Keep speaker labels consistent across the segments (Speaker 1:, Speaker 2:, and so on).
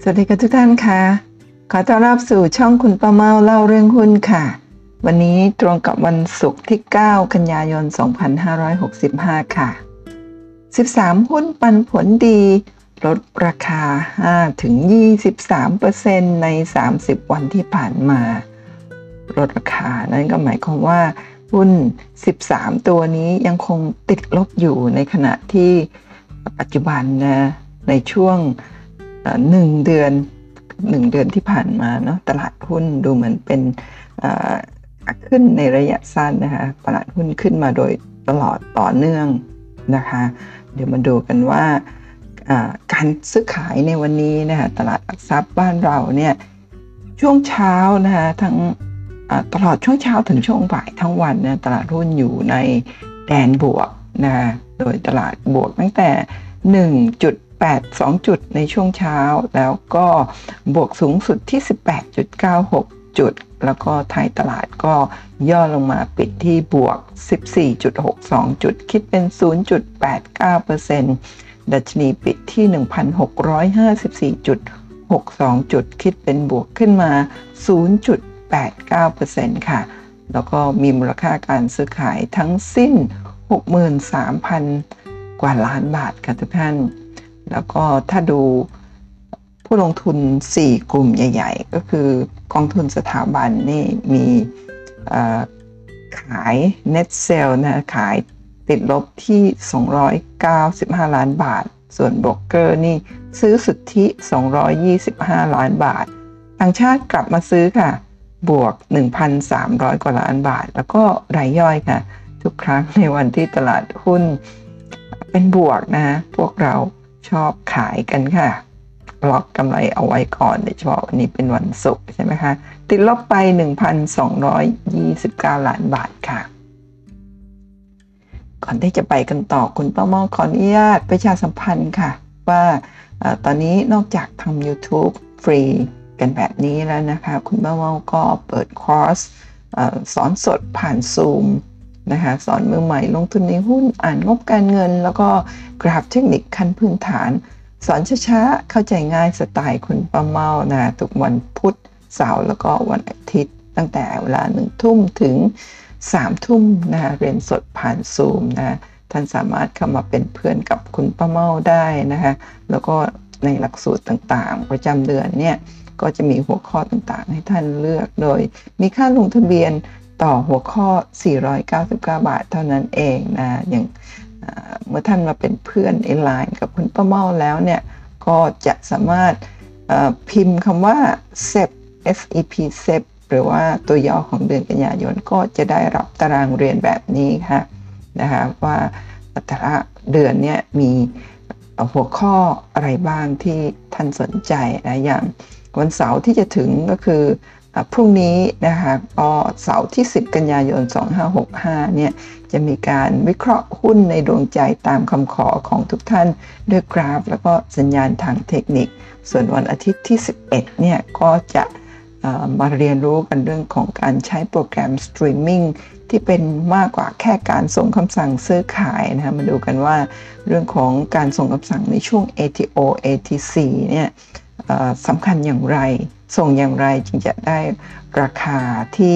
Speaker 1: วัสดีค่ะทุกท่านค่ะขอต้อนรับสู่ช่องคุณป้าเมาเล่าเรื่องหุ้นค่ะวันนี้ตรงกับวันศุกร์ที่9กันยายน2565ค่ะ13หุ้นปันผลดีลดราคา 5-23% ใน30วันที่ผ่านมาลดราคานั่นก็หมายความว่าหุ้น13ตัวนี้ยังคงติดลบอยู่ในขณะที่ปัจจุบันนะในช่วง1 เดือนที่ผ่านมาเนาะตลาดหุ้นดูเหมือนเป็นขึ้นในระยะสั้นนะคะตลาดหุ้นขึ้นมาโดยตลอดต่อเนื่องนะคะเดี๋ยวมาดูกันว่าการซื้อขายในวันนี้นะคะตลาดหลักทรัพย์บ้านเราเนี่ยช่วงเช้านะคะทั้งตลอดช่วงเช้าถึงช่วงบ่ายทั้งวันเนี่ยตลาดหุ้นอยู่ในแดนบวกนะคะโดยตลาดบวกตั้งแต่1.82 จุดในช่วงเช้าแล้วก็บวกสูงสุดที่ 18.96 จุดแล้วก็ท้ายตลาดก็ย่อลงมาปิดที่บวก 14.62 จุดคิดเป็น 0.89% ดัชนีปิดที่ 1,654.62 จุดคิดเป็นบวกขึ้นมา 0.89% ค่ะแล้วก็มีมูลค่าการซื้อขายทั้งสิ้น 63,000 กว่าล้านบาทค่ะทุกท่านแล้วก็ถ้าดูผู้ลงทุน4กลุ่มใหญ่ๆก็คือกองทุนสถาบันนี่มีขาย net sell นะขายติดลบที่295ล้านบาทส่วนโบรกเกอร์นี่ซื้อสุทธิ225ล้านบาทต่างชาติกลับมาซื้อค่ะบวก 1,300 กว่าล้านบาทแล้วก็รายย่อยค่ะทุกครั้งในวันที่ตลาดหุ้นเป็นบวกนะพวกเราชอบขายกันค่ะล็อกกำไรเอาไว้ก่อนโดยเฉพาะวันนี้เป็นวันศุกร์ใช่ไหมคะติดลบไป 1,229 ล้านบาทค่ะก่อนที่จะไปกันต่อคุณป้าเมาขออนุญาตประชาสัมพันธ์ค่ะว่าตอนนี้นอกจากทำ YouTube ฟรีกันแบบนี้แล้วนะคะคุณป้าเมาก็เปิดคอร์สสอนสดผ่าน Zoom นะคะสอนมือใหม่ลงทุนในหุ้นอ่านงบการเงินแล้วก็กราฟเทคนิคขั้นพื้นฐานสอนช้าๆเข้าใจง่ายสไตล์คุณป้าเมานะทุกวันพุธเสาร์แล้วก็วันอาทิตย์ตั้งแต่เวลา1 ทุ่มถึง3 ทุ่มนะเรียนสดผ่าน Zoom นะท่านสามารถเข้ามาเป็นเพื่อนกับคุณป้าเมาได้นะคะแล้วก็ในหลักสูตรต่างๆประจำเดือนเนี่ยก็จะมีหัวข้อต่างๆให้ท่านเลือกโดยมีค่าลงทะเบียนต่อหัวข้อ499 บาทเท่านั้นเองนะอย่างเมื่อท่านมาเป็นเพื่อนใน LINE กับคุณป้าเมาแล้วเนี่ยก็จะสามารถพิมพ์คำว่า SEP SEP SEP หรือว่าตัวย่อของเดือนกันยายนก็จะได้รับตารางเรียนแบบนี้ค่ะนะคะว่าแต่ละเดือนเนี่ยมีหัวข้ออะไรบ้างที่ท่านสนใจนะอย่างวันเสาร์ที่จะถึงก็คือพรุ่งนี้นะคะก็เสาร์ที่10 กันยายน 2565เนี่ยจะมีการวิเคราะห์หุ้นในดวงใจตามคำขอของทุกท่านด้วยกราฟแล้วก็สัญญาณทางเทคนิคส่วนวันอาทิตย์ที่11เนี่ยก็จะมาเรียนรู้กันเรื่องของการใช้โปรแกรมสตรีมมิ่งที่เป็นมากกว่าแค่การส่งคำสั่งซื้อขายนะคะมาดูกันว่าเรื่องของการส่งคำสั่งในช่วง ATO ATC เนี่ยสำคัญอย่างไรส่งอย่างไรจึงจะได้ราคาที่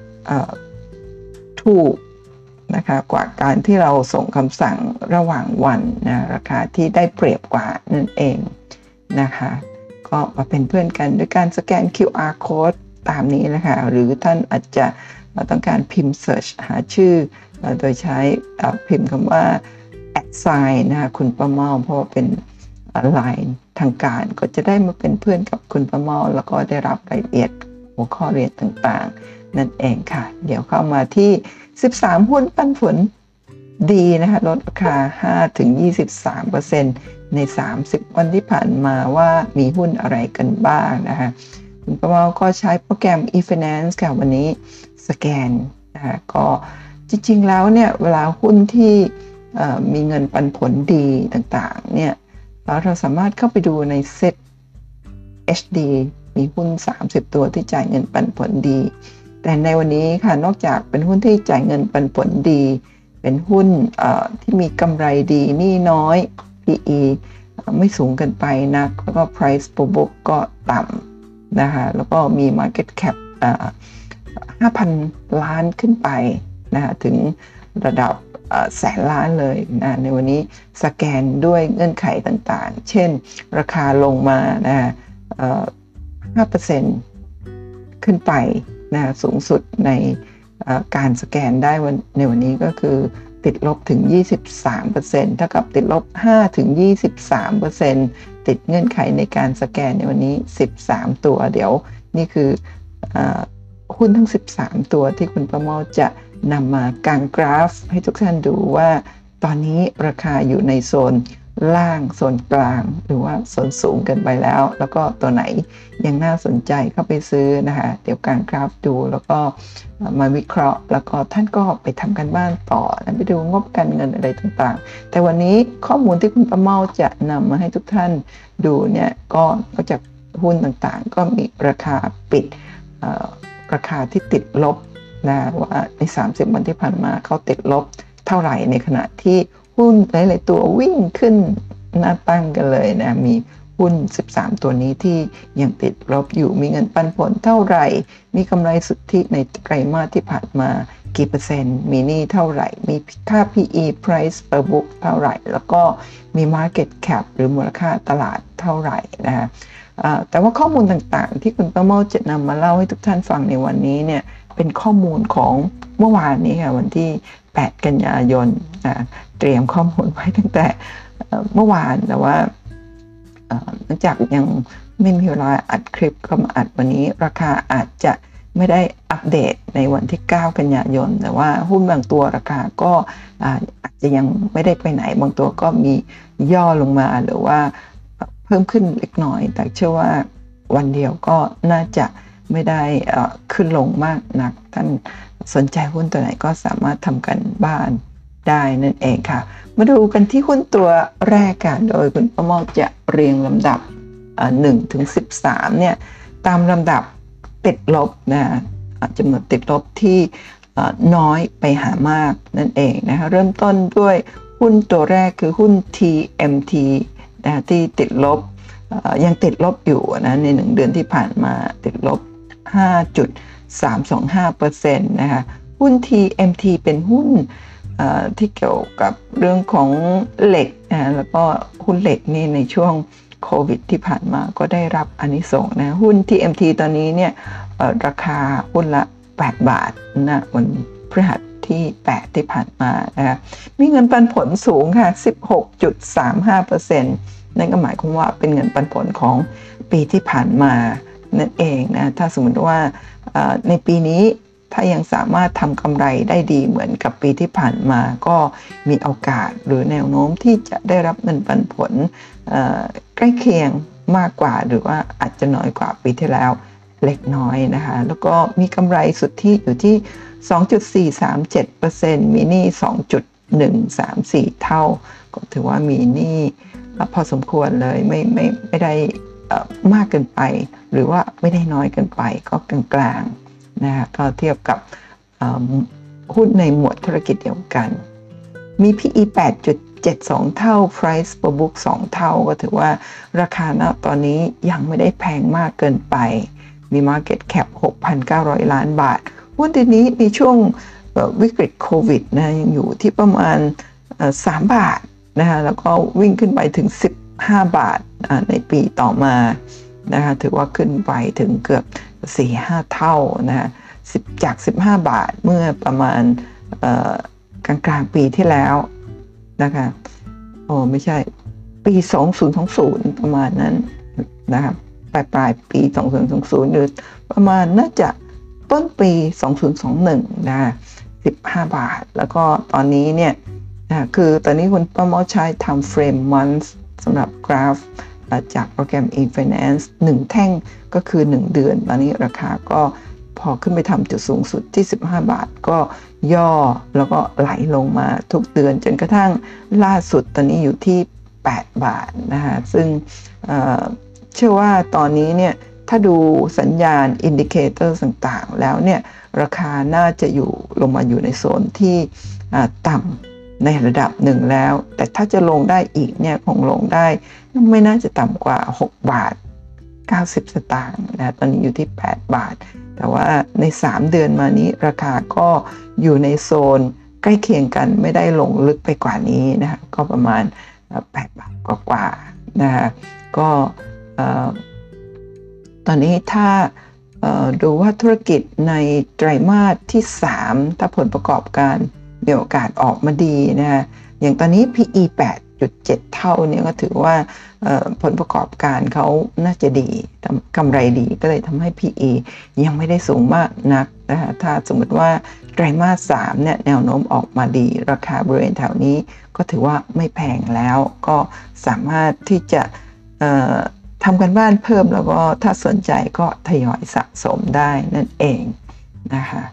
Speaker 1: ถูกนะคะกว่าการที่เราส่งคำสั่งระหว่างวันนะราคาที่ได้เปรียบกว่านั่นเองนะคะก็มาเป็นเพื่อนกันด้วยการสแกน QR code ตามนี้นะคะหรือท่านอาจจะต้องการพิมพ์ search หาชื่อโดยใช้พิมพ์คำว่า @sign นะคะคุณป้าเมาเพราะว่าเป็นLINE ทางการก็จะได้มาเป็นเพื่อนกับคุณป้าเมาแล้วก็ได้รับรายละเอียดหัวข้อเรียนต่างๆนั่นเองค่ะเดี๋ยวเข้ามาที่13หุ้นปันผลดีนะคะลดราคา 5-23% ใน30วันที่ผ่านมาว่ามีหุ้นอะไรกันบ้างนะคะคุณป้าเมาก็ใช้โปรแกรม e-finance ค่ะวันนี้สแกนนะคะก็จริงๆแล้วเนี่ยเวลาหุ้นที่มีเงินปันผลดีต่างๆเนี่ยเราสามารถเข้าไปดูในเซ็ต HD มีหุ้น30ตัวที่จ่ายเงินปันผลดีแต่ในวันนี้ค่ะนอกจากเป็นหุ้นที่จ่ายเงินปันผลดีเป็นหุ้นที่มีกำไรดีหนี้น้อย PE ไม่สูงเกินไปนักแล้วก็ price per book ก็ต่ำนะคะแล้วก็มี market cap 5,000 ล้านขึ้นไปนะคะถึงระดับแสนล้านเลยนะในวันนี้สแกนด้วยเงื่อนไขต่างๆเช่นราคาลงมานะ5% ขึ้นไปนะสูงสุดในการสแกนได้ในวันนี้ก็คือติดลบถึง 23% เท่ากับติดลบ 5-23% ติดเงื่อนไขในการสแกนในวันนี้13ตัวเดี๋ยวนี่คือหุ้นทั้ง13ตัวที่คุณประเมาจะนำมากางกราฟให้ทุกท่านดูว่าตอนนี้ราคาอยู่ในโซนล่างโซนกลางหรือว่าโซนสูงเกินไปแล้วก็ตัวไหนยังน่าสนใจเข้าไปซื้อนะคะเดี๋ยวกางกราฟดูแล้วก็มาวิเคราะห์แล้วก็ท่านก็ไปทำกันบ้านต่อไปดูงบการเงินอะไรต่างๆแต่วันนี้ข้อมูลที่คุณประเมาจะนำมาให้ทุกท่านดูเนี่ยก็จากหุ้นต่างๆก็มีราคาปิดราคาที่ติดลบนะว่าใน30 วันที่ผ่านมาเขาติดลบเท่าไหร่ในขณะที่หุ้นหลายๆตัววิ่งขึ้นหน้าตั้งกันเลยนะมีหุ้น13ตัวนี้ที่ยังติดลบอยู่มีเงินปันผลเท่าไหร่มีกำไรสุทธิในไตรมาสที่ผ่านมากี่เปอร์เซ็นต์มีหนี้เท่าไหร่มีค่า PE price per book เท่าไหร่แล้วก็มี market cap หรือมูลค่าตลาดเท่าไหร่นะแต่ว่าข้อมูลต่างๆที่คุณประเมาจะนำมาเล่าให้ทุกท่านฟังในวันนี้เนี่ยเป็นข้อมูลของเมื่อวานนี้ค่ะวันที่8 กันยายนเตรียมข้อมูลไว้ตั้งแต่เมื่อวานแต่ว่าเนื่องจากยังไม่มีเวลาอัดคลิปก็มาอัดวันนี้ราคาอาจจะไม่ได้อัปเดตในวันที่9 กันยายนแต่ว่าหุ้นบางตัวราคาก็อาจจะยังไม่ได้ไปไหนบางตัวก็มีย่อลงมาหรือว่าเพิ่มขึ้นเล็กน้อยแต่เชื่อว่าวันเดียวก็น่าจะไม่ได้ขึ้นลงมากนักท่านสนใจหุ้นตัวไหนก็สามารถทำกันบ้านได้นั่นเองค่ะมาดูกันที่หุ้นตัวแรกกันโดยคุณประเมาจะเรียงลำดับ1 ถึง 13เนี่ยตามลำดับติดลบนะจำนวนติดลบที่น้อยไปหามากนั่นเองนะคะเริ่มต้นด้วยหุ้นตัวแรกคือหุ้น TMT นะที่ติดลบยังติดลบอยู่นะใน1 เดือนที่ผ่านมาติดลบ 5.325% นะคะหุ้น TMT เป็นหุ้นที่เกี่ยวกับเรื่องของเหล็กแล้วก็หุ้นเหล็กนี่ในช่วงโควิดที่ผ่านมาก็ได้รับอานิสงส์นะหุ้น TMT ตอนนี้เนี่ยราคาหุ้นละ8 บาทนะวันพฤหัสที่8ที่ผ่านมานะคะมีเงินปันผลสูงค่ะ 16.35%นั่นก็หมายความว่าเป็นเงินปันผลของปีที่ผ่านมานั่นเองนะถ้าสมมติว่าในปีนี้ถ้ายังสามารถทำกำไรได้ดีเหมือนกับปีที่ผ่านมาก็มีโอกาสหรือแนวโน้มที่จะได้รับเงินปันผลใกล้เคียงมากกว่าหรือว่าอาจจะน้อยกว่าปีที่แล้วเล็กน้อยนะคะแล้วก็มีกำไรสุทธิอยู่ที่ 2.437% มีหนี้ 2.134 เท่าก็ถือว่ามีหนี้พอสมควรเลยไม่ได้มากเกินไปหรือว่าไม่ได้น้อยเกินไปก็กลางๆนะก็เทียบกับหุ้นในหมวดธุรกิจเดียวกันมี PE 8.72 เท่า Price per book 2 เท่าก็ถือว่าราคาณตอนนี้ยังไม่ได้แพงมากเกินไปมี Market Cap 6,900 ล้านบาทหุ้นตัวนี้ในช่วงวิกฤตโควิดนะยังอยู่ที่ประมาณ3 บาทนะคะแล้วก็วิ่งขึ้นไปถึง15 บาทในปีต่อมานะคะถือว่าขึ้นไปถึงเกือบ 4-5 เท่านะจาก15 บาทเมื่อประมาณกลางปีที่แล้วนะคะไม่ใช่ปี2020ประมาณนั้นนะครับปลายปี2020หรือประมาณน่าจะต้นปี2021นะ15 บาทแล้วก็ตอนนี้เนี่ยคือตอนนี้คุณประเมาใช้ time frame months สำหรับกราฟจากโปรแกรม e-finance 1 แท่งก็คือ1 เดือนตอนนี้ราคาก็พอขึ้นไปทำจุดสูงสุดที่15 บาทก็ย่อแล้วก็ไหลลงมาทุกเดือนจนกระทั่งล่าสุดตอนนี้อยู่ที่8 บาทนะคะซึ่งเชื่อว่าตอนนี้เนี่ยถ้าดูสัญญาณอินดิเคเตอร์ต่างๆแล้วเนี่ยราคาน่าจะอยู่ลงมาอยู่ในโซนที่ต่ในระดับหนึ่งแล้วแต่ถ้าจะลงได้อีกเนี่ยคงลงได้ไม่น่าจะต่ำกว่า6 บาท 90 สตางค์นะตอนนี้อยู่ที่8 บาทแต่ว่าใน3เดือนมานี้ราคาก็อยู่ในโซนใกล้เคียงกันไม่ได้ลงลึกไปกว่านี้นะคะก็ประมาณ8 บาทกว่าๆนะคะก็ตอนนี้ถ้าดูว่าธุรกิจในไตรมาสที่3ถ้าผลประกอบการมีโอกาสออกมาดีนะคะอย่างตอนนี้ PE 8.7 เท่าเนี่ยก็ถือว่าผลประกอบการเขาน่าจะดีกำไรดีก็เลยทำให้ PE ยังไม่ได้สูงมากนักนะคะถ้าสมมติว่าไตรมาส3เนี่ยแนวโน้มออกมาดีราคาบริเวณแถวนี้ก็ถือว่าไม่แพงแล้วก็สามารถที่จะทำกันบ้านเพิ่มแล้วก็ถ้าสนใจก็ทยอยสะสมได้นั่นเองนะคะ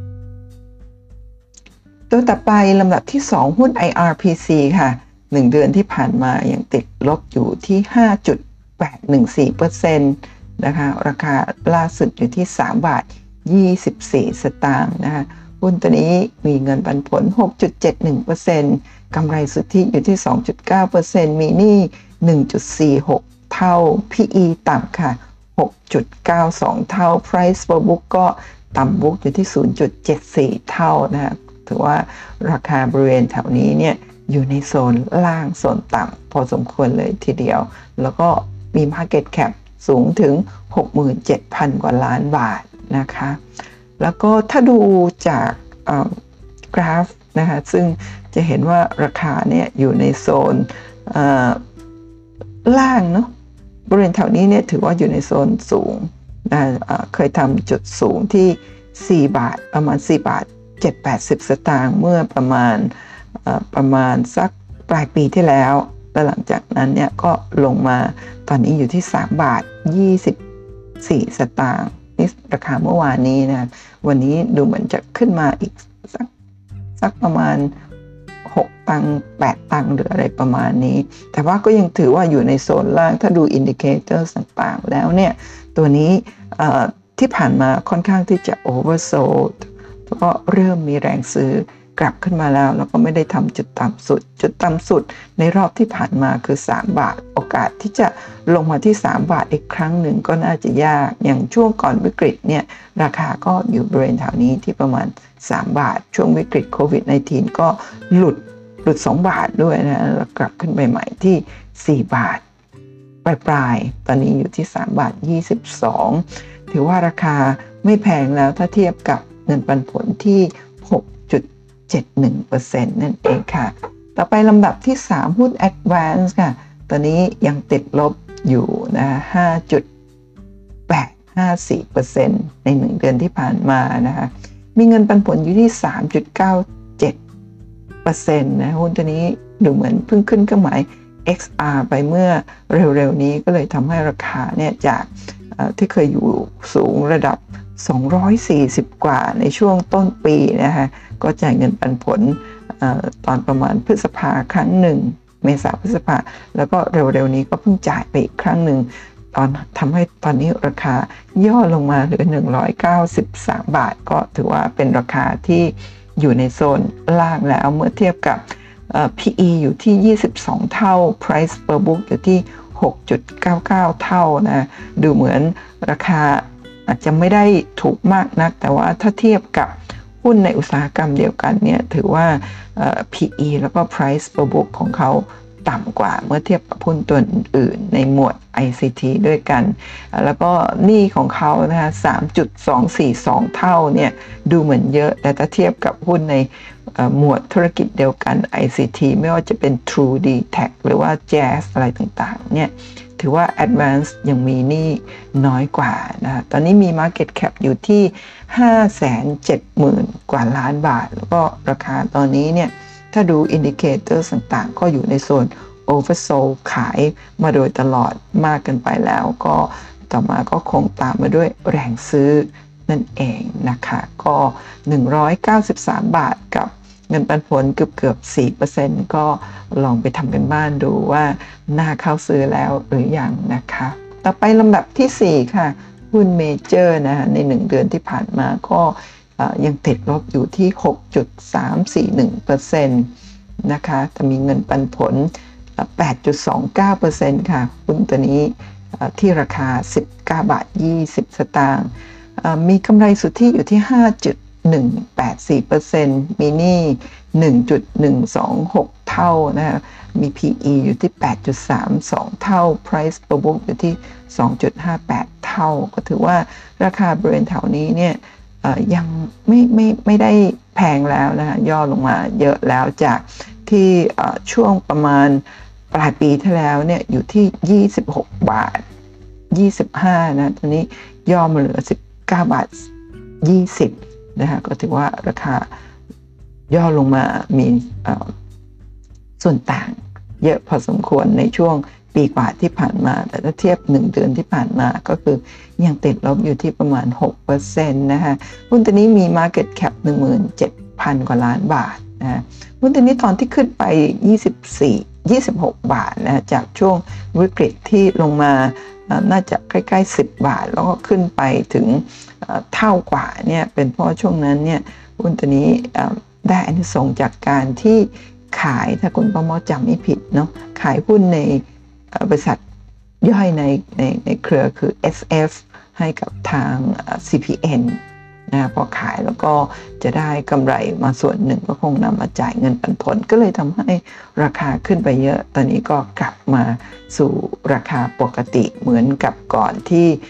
Speaker 1: ตัวต่อไปลำดับที่2หุ้น IRPC ค่ะ1เดือนที่ผ่านมายังติดลบอยู่ที่ 5.814% นะคะราคาล่าสุดอยู่ที่3 บาท 24 สตางค์นะคะหุ้นตัวนี้มีเงินปันผล 6.71% กำไรสุทธิอยู่ที่ 2.9% มีหนี้ 1.46 เท่า PE ต่ำค่ะ 6.92 เท่า Price per book ก็ต่ำบุ๊กอยู่ที่ 0.74 เท่านะคะถือว่าราคาบริเวณแถวนี้เนี่ยอยู่ในโซนล่างโซนต่ำพอสมควรเลยทีเดียวแล้วก็มี Market Cap สูงถึง 67,000 กว่าล้านบาทนะคะแล้วก็ถ้าดูจากกราฟนะคะซึ่งจะเห็นว่าราคาเนี่ยอยู่ในโซนล่างเนาะบริเวณแถวนี้เนี่ยถือว่าอยู่ในโซนสูงเคยทำจุดสูงที่4 บาทประมาณ4 บาท 7-80 สตางค์เมื่อประมาณสักปลายปีที่แล้วแล้วหลังจากนั้นเนี่ยก็ลงมาตอนนี้อยู่ที่3 บาท 24 สตางค์นี่ราคาเมื่อวานนี้นะวันนี้ดูเหมือนจะขึ้นมาอีกสักประมาณ6 ตังค์ 8 ตังค์หรืออะไรประมาณนี้แต่ว่าก็ยังถือว่าอยู่ในโซนล่างถ้าดูอินดิเคเตอร์ต่างๆแล้วเนี่ยตัวนี้ที่ผ่านมาค่อนข้างที่จะ oversold ก็เริ่มมีแรงซื้อกลับขึ้นมาแล้วก็ไม่ได้ทำจุดต่ำสุดในรอบที่ผ่านมาคือ3 บาทโอกาสที่จะลงมาที่3 บาทอีกครั้งหนึ่งก็น่าจะยากอย่างช่วงก่อนวิกฤตเนี่ยราคาก็อยู่บริเวณแถวนี้ที่ประมาณ3 บาทช่วงวิกฤตโควิด -19 ก็หลุด2 บาทด้วยนะแล้วกลับขึ้นไปใหม่ที่4 บาทปลายตอนนี้อยู่ที่3 บาท 22ถือว่าราคาไม่แพงแล้วถ้าเทียบกับเงินปันผลที่ 6.71% นั่นเองค่ะต่อไปลำดับที่3หุ้น Advance ค่ะตอนนี้ยังติดลบอยู่นะ 5.854% ใน1 เดือนที่ผ่านมานะคะมีเงินปันผลอยู่ที่ 3.97% นะหุ้นตัวนี้ดูเหมือนเพิ่งขึ้นเครื่องหมาย XR ไปเมื่อเร็วๆนี้ก็เลยทำให้ราคาเนี่ยจากที่เคยอยู่สูงระดับ240 กว่าในช่วงต้นปีนะคะก็จ่ายเงินปันผลตอนประมาณพฤษภาครั้งหนึ่งเมษาพฤษภาแล้วก็เร็วๆนี้ก็เพิ่งจ่ายไปอีกครั้งหนึ่งทำให้ตอนนี้ราคาย่อลงมาเหลือ193 บาทก็ถือว่าเป็นราคาที่อยู่ในโซนล่างแล้วเมื่อเทียบกับPE อยู่ที่22 เท่า Price per book อยู่ที่ 6.99 เท่านะดูเหมือนราคาอาจจะไม่ได้ถูกมากนักแต่ว่าถ้าเทียบกับหุ้นในอุตสาหกรรมเดียวกันเนี่ยถือว่าPE แล้วก็ Price per book ของเขาต่ำกว่าเมื่อเทียบกับหุ้นตัวอื่นในหมวด ICT ด้วยกันแล้วก็หนี้ของเขานะคะ 3.242 เท่าเนี่ยดูเหมือนเยอะแต่ถ้าเทียบกับหุ้นในหมวดธุรกิจเดียวกัน ICT ไม่ว่าจะเป็น True D-Tech หรือว่า Jazz อะไรต่างๆเนี่ยถือว่า Advance ยังมีหนี้น้อยกว่านะตอนนี้มี Market Cap อยู่ที่ 570,000 กว่าล้านบาทแล้วก็ราคาตอนนี้เนี่ยถ้าดูอินดิเคเตอร์ต่างๆก็อยู่ในโซน Oversold ขายมาโดยตลอดมากเกินไปแล้วก็ต่อมาก็คงตามมาด้วยแรงซื้อนั่นเองนะคะก็193 บาทกับเงินปันผลเกือบ 4% ก็ลองไปทำกันบ้านดูว่าน่าเข้าซื้อแล้วหรือยังนะคะต่อไปลำดับที่4ค่ะหุ้นเมเจอร์นะใน1 เดือนที่ผ่านมาก็ยังติดลบอยู่ที่ 6.341% นะคะจะมีเงินปันผล 8.29% ค่ะหุ้นตัวนี้ที่ราคา 19.20 สตางค์มีกำไรสุทธิอยู่ที่ 5.184% มีหนี้ 1.126 เท่านะคะมี PE อยู่ที่ 8.32 เท่า Price per book อยู่ที่ 2.58 เท่าก็ถือว่าราคาบริเวณแถวนี้เนี่ยยังไม่ได้แพงแล้วนะคะย่อลงมาเยอะแล้วจากที่ช่วงประมาณปลายปีที่แล้วเนี่ยอยู่ที่26 บาท 25นะตอนนี้ย่อมาเหลือ19 บาท 20นะคะก็ถือว่าราคาย่อลงมามีส่วนต่างเยอะพอสมควรในช่วงปีกว่าที่ผ่านมาแต่ถ้าเทียบ1 เดือนที่ผ่านมาก็คือยังติดลบอยู่ที่ประมาณ 6% นะคะหุ้นตัวนี้มี Market Cap 17,000 กว่าล้านบาทนะหุ้นตัวนี้ตอนที่ขึ้นไป26 บาทนะจากช่วงวิกฤตที่ลงมาน่าจะใกล้ๆ10 บาทแล้วก็ขึ้นไปถึงเท่ากว่าเนี่ยเป็นเพราะช่วงนั้นเนี่ยหุ้นตัวนี้ได้อานิสงส์จากการที่ขายถ้าคุณประมอจำไม่ผิดเนาะขายหุ้นในบริษัทย่อยในเครือคือ SF ให้กับทาง CPN นะพอขายแล้วก็จะได้กำไรมาส่วนหนึ่งก็คงนำมาจ่ายเงินปันผลก็เลยทำให้ราคาขึ้นไปเยอะตอนนี้ก็กลับมาสู่ราคาปกติเหมือนกับก่อน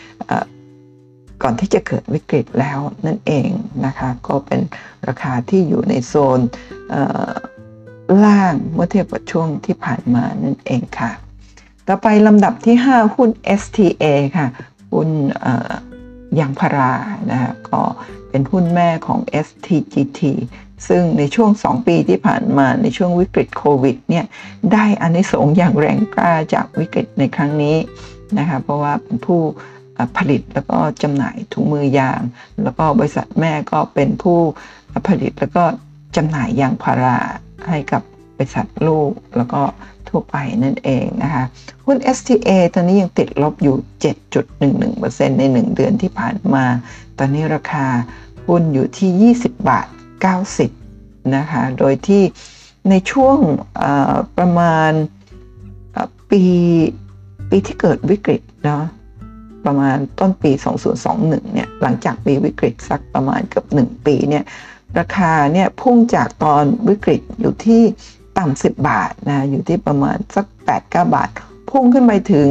Speaker 1: ที่จะเกิดวิกฤตแล้วนั่นเองนะคะก็เป็นราคาที่อยู่ในโซนล่างเมื่อเทียบกับช่วงที่ผ่านมานั่นเองค่ะต่อไปลำดับที่ 5 หุ้น STA ค่ะหุ้นยางพารานะคะก็เป็นหุ้นแม่ของ STGT ซึ่งในช่วง2 ปีที่ผ่านมาในช่วงวิกฤตโควิดเนี่ยได้อานิสงส์อย่างแรงกล้าจากวิกฤตในครั้งนี้นะคะเพราะว่าเป็นผู้ผลิตแล้วก็จำหน่ายถุงมือยางแล้วก็บริษัทแม่ก็เป็นผู้ผลิตแล้วก็จำหน่ายยางพาราให้กับบริษัทลูกแล้วก็ทั่วไปนั่นเองนะคะหุ้น STA ตอนนี้ยังติดลบอยู่ 7.11% ใน1 เดือนที่ผ่านมาตอนนี้ราคาหุ้นอยู่ที่20 บาท 90นะคะโดยที่ในช่วงประมาณปีที่เกิดวิกฤตเนาะประมาณต้นปี2021เนี่ยหลังจากปีวิกฤตสักประมาณเกือบ1 ปีเนี่ยราคาเนี่ยพุ่งจากตอนวิกฤตอยู่ที่ต่ำ10 บาทนะอยู่ที่ประมาณสัก 8-9 บาทพุ่งขึ้นไปถึง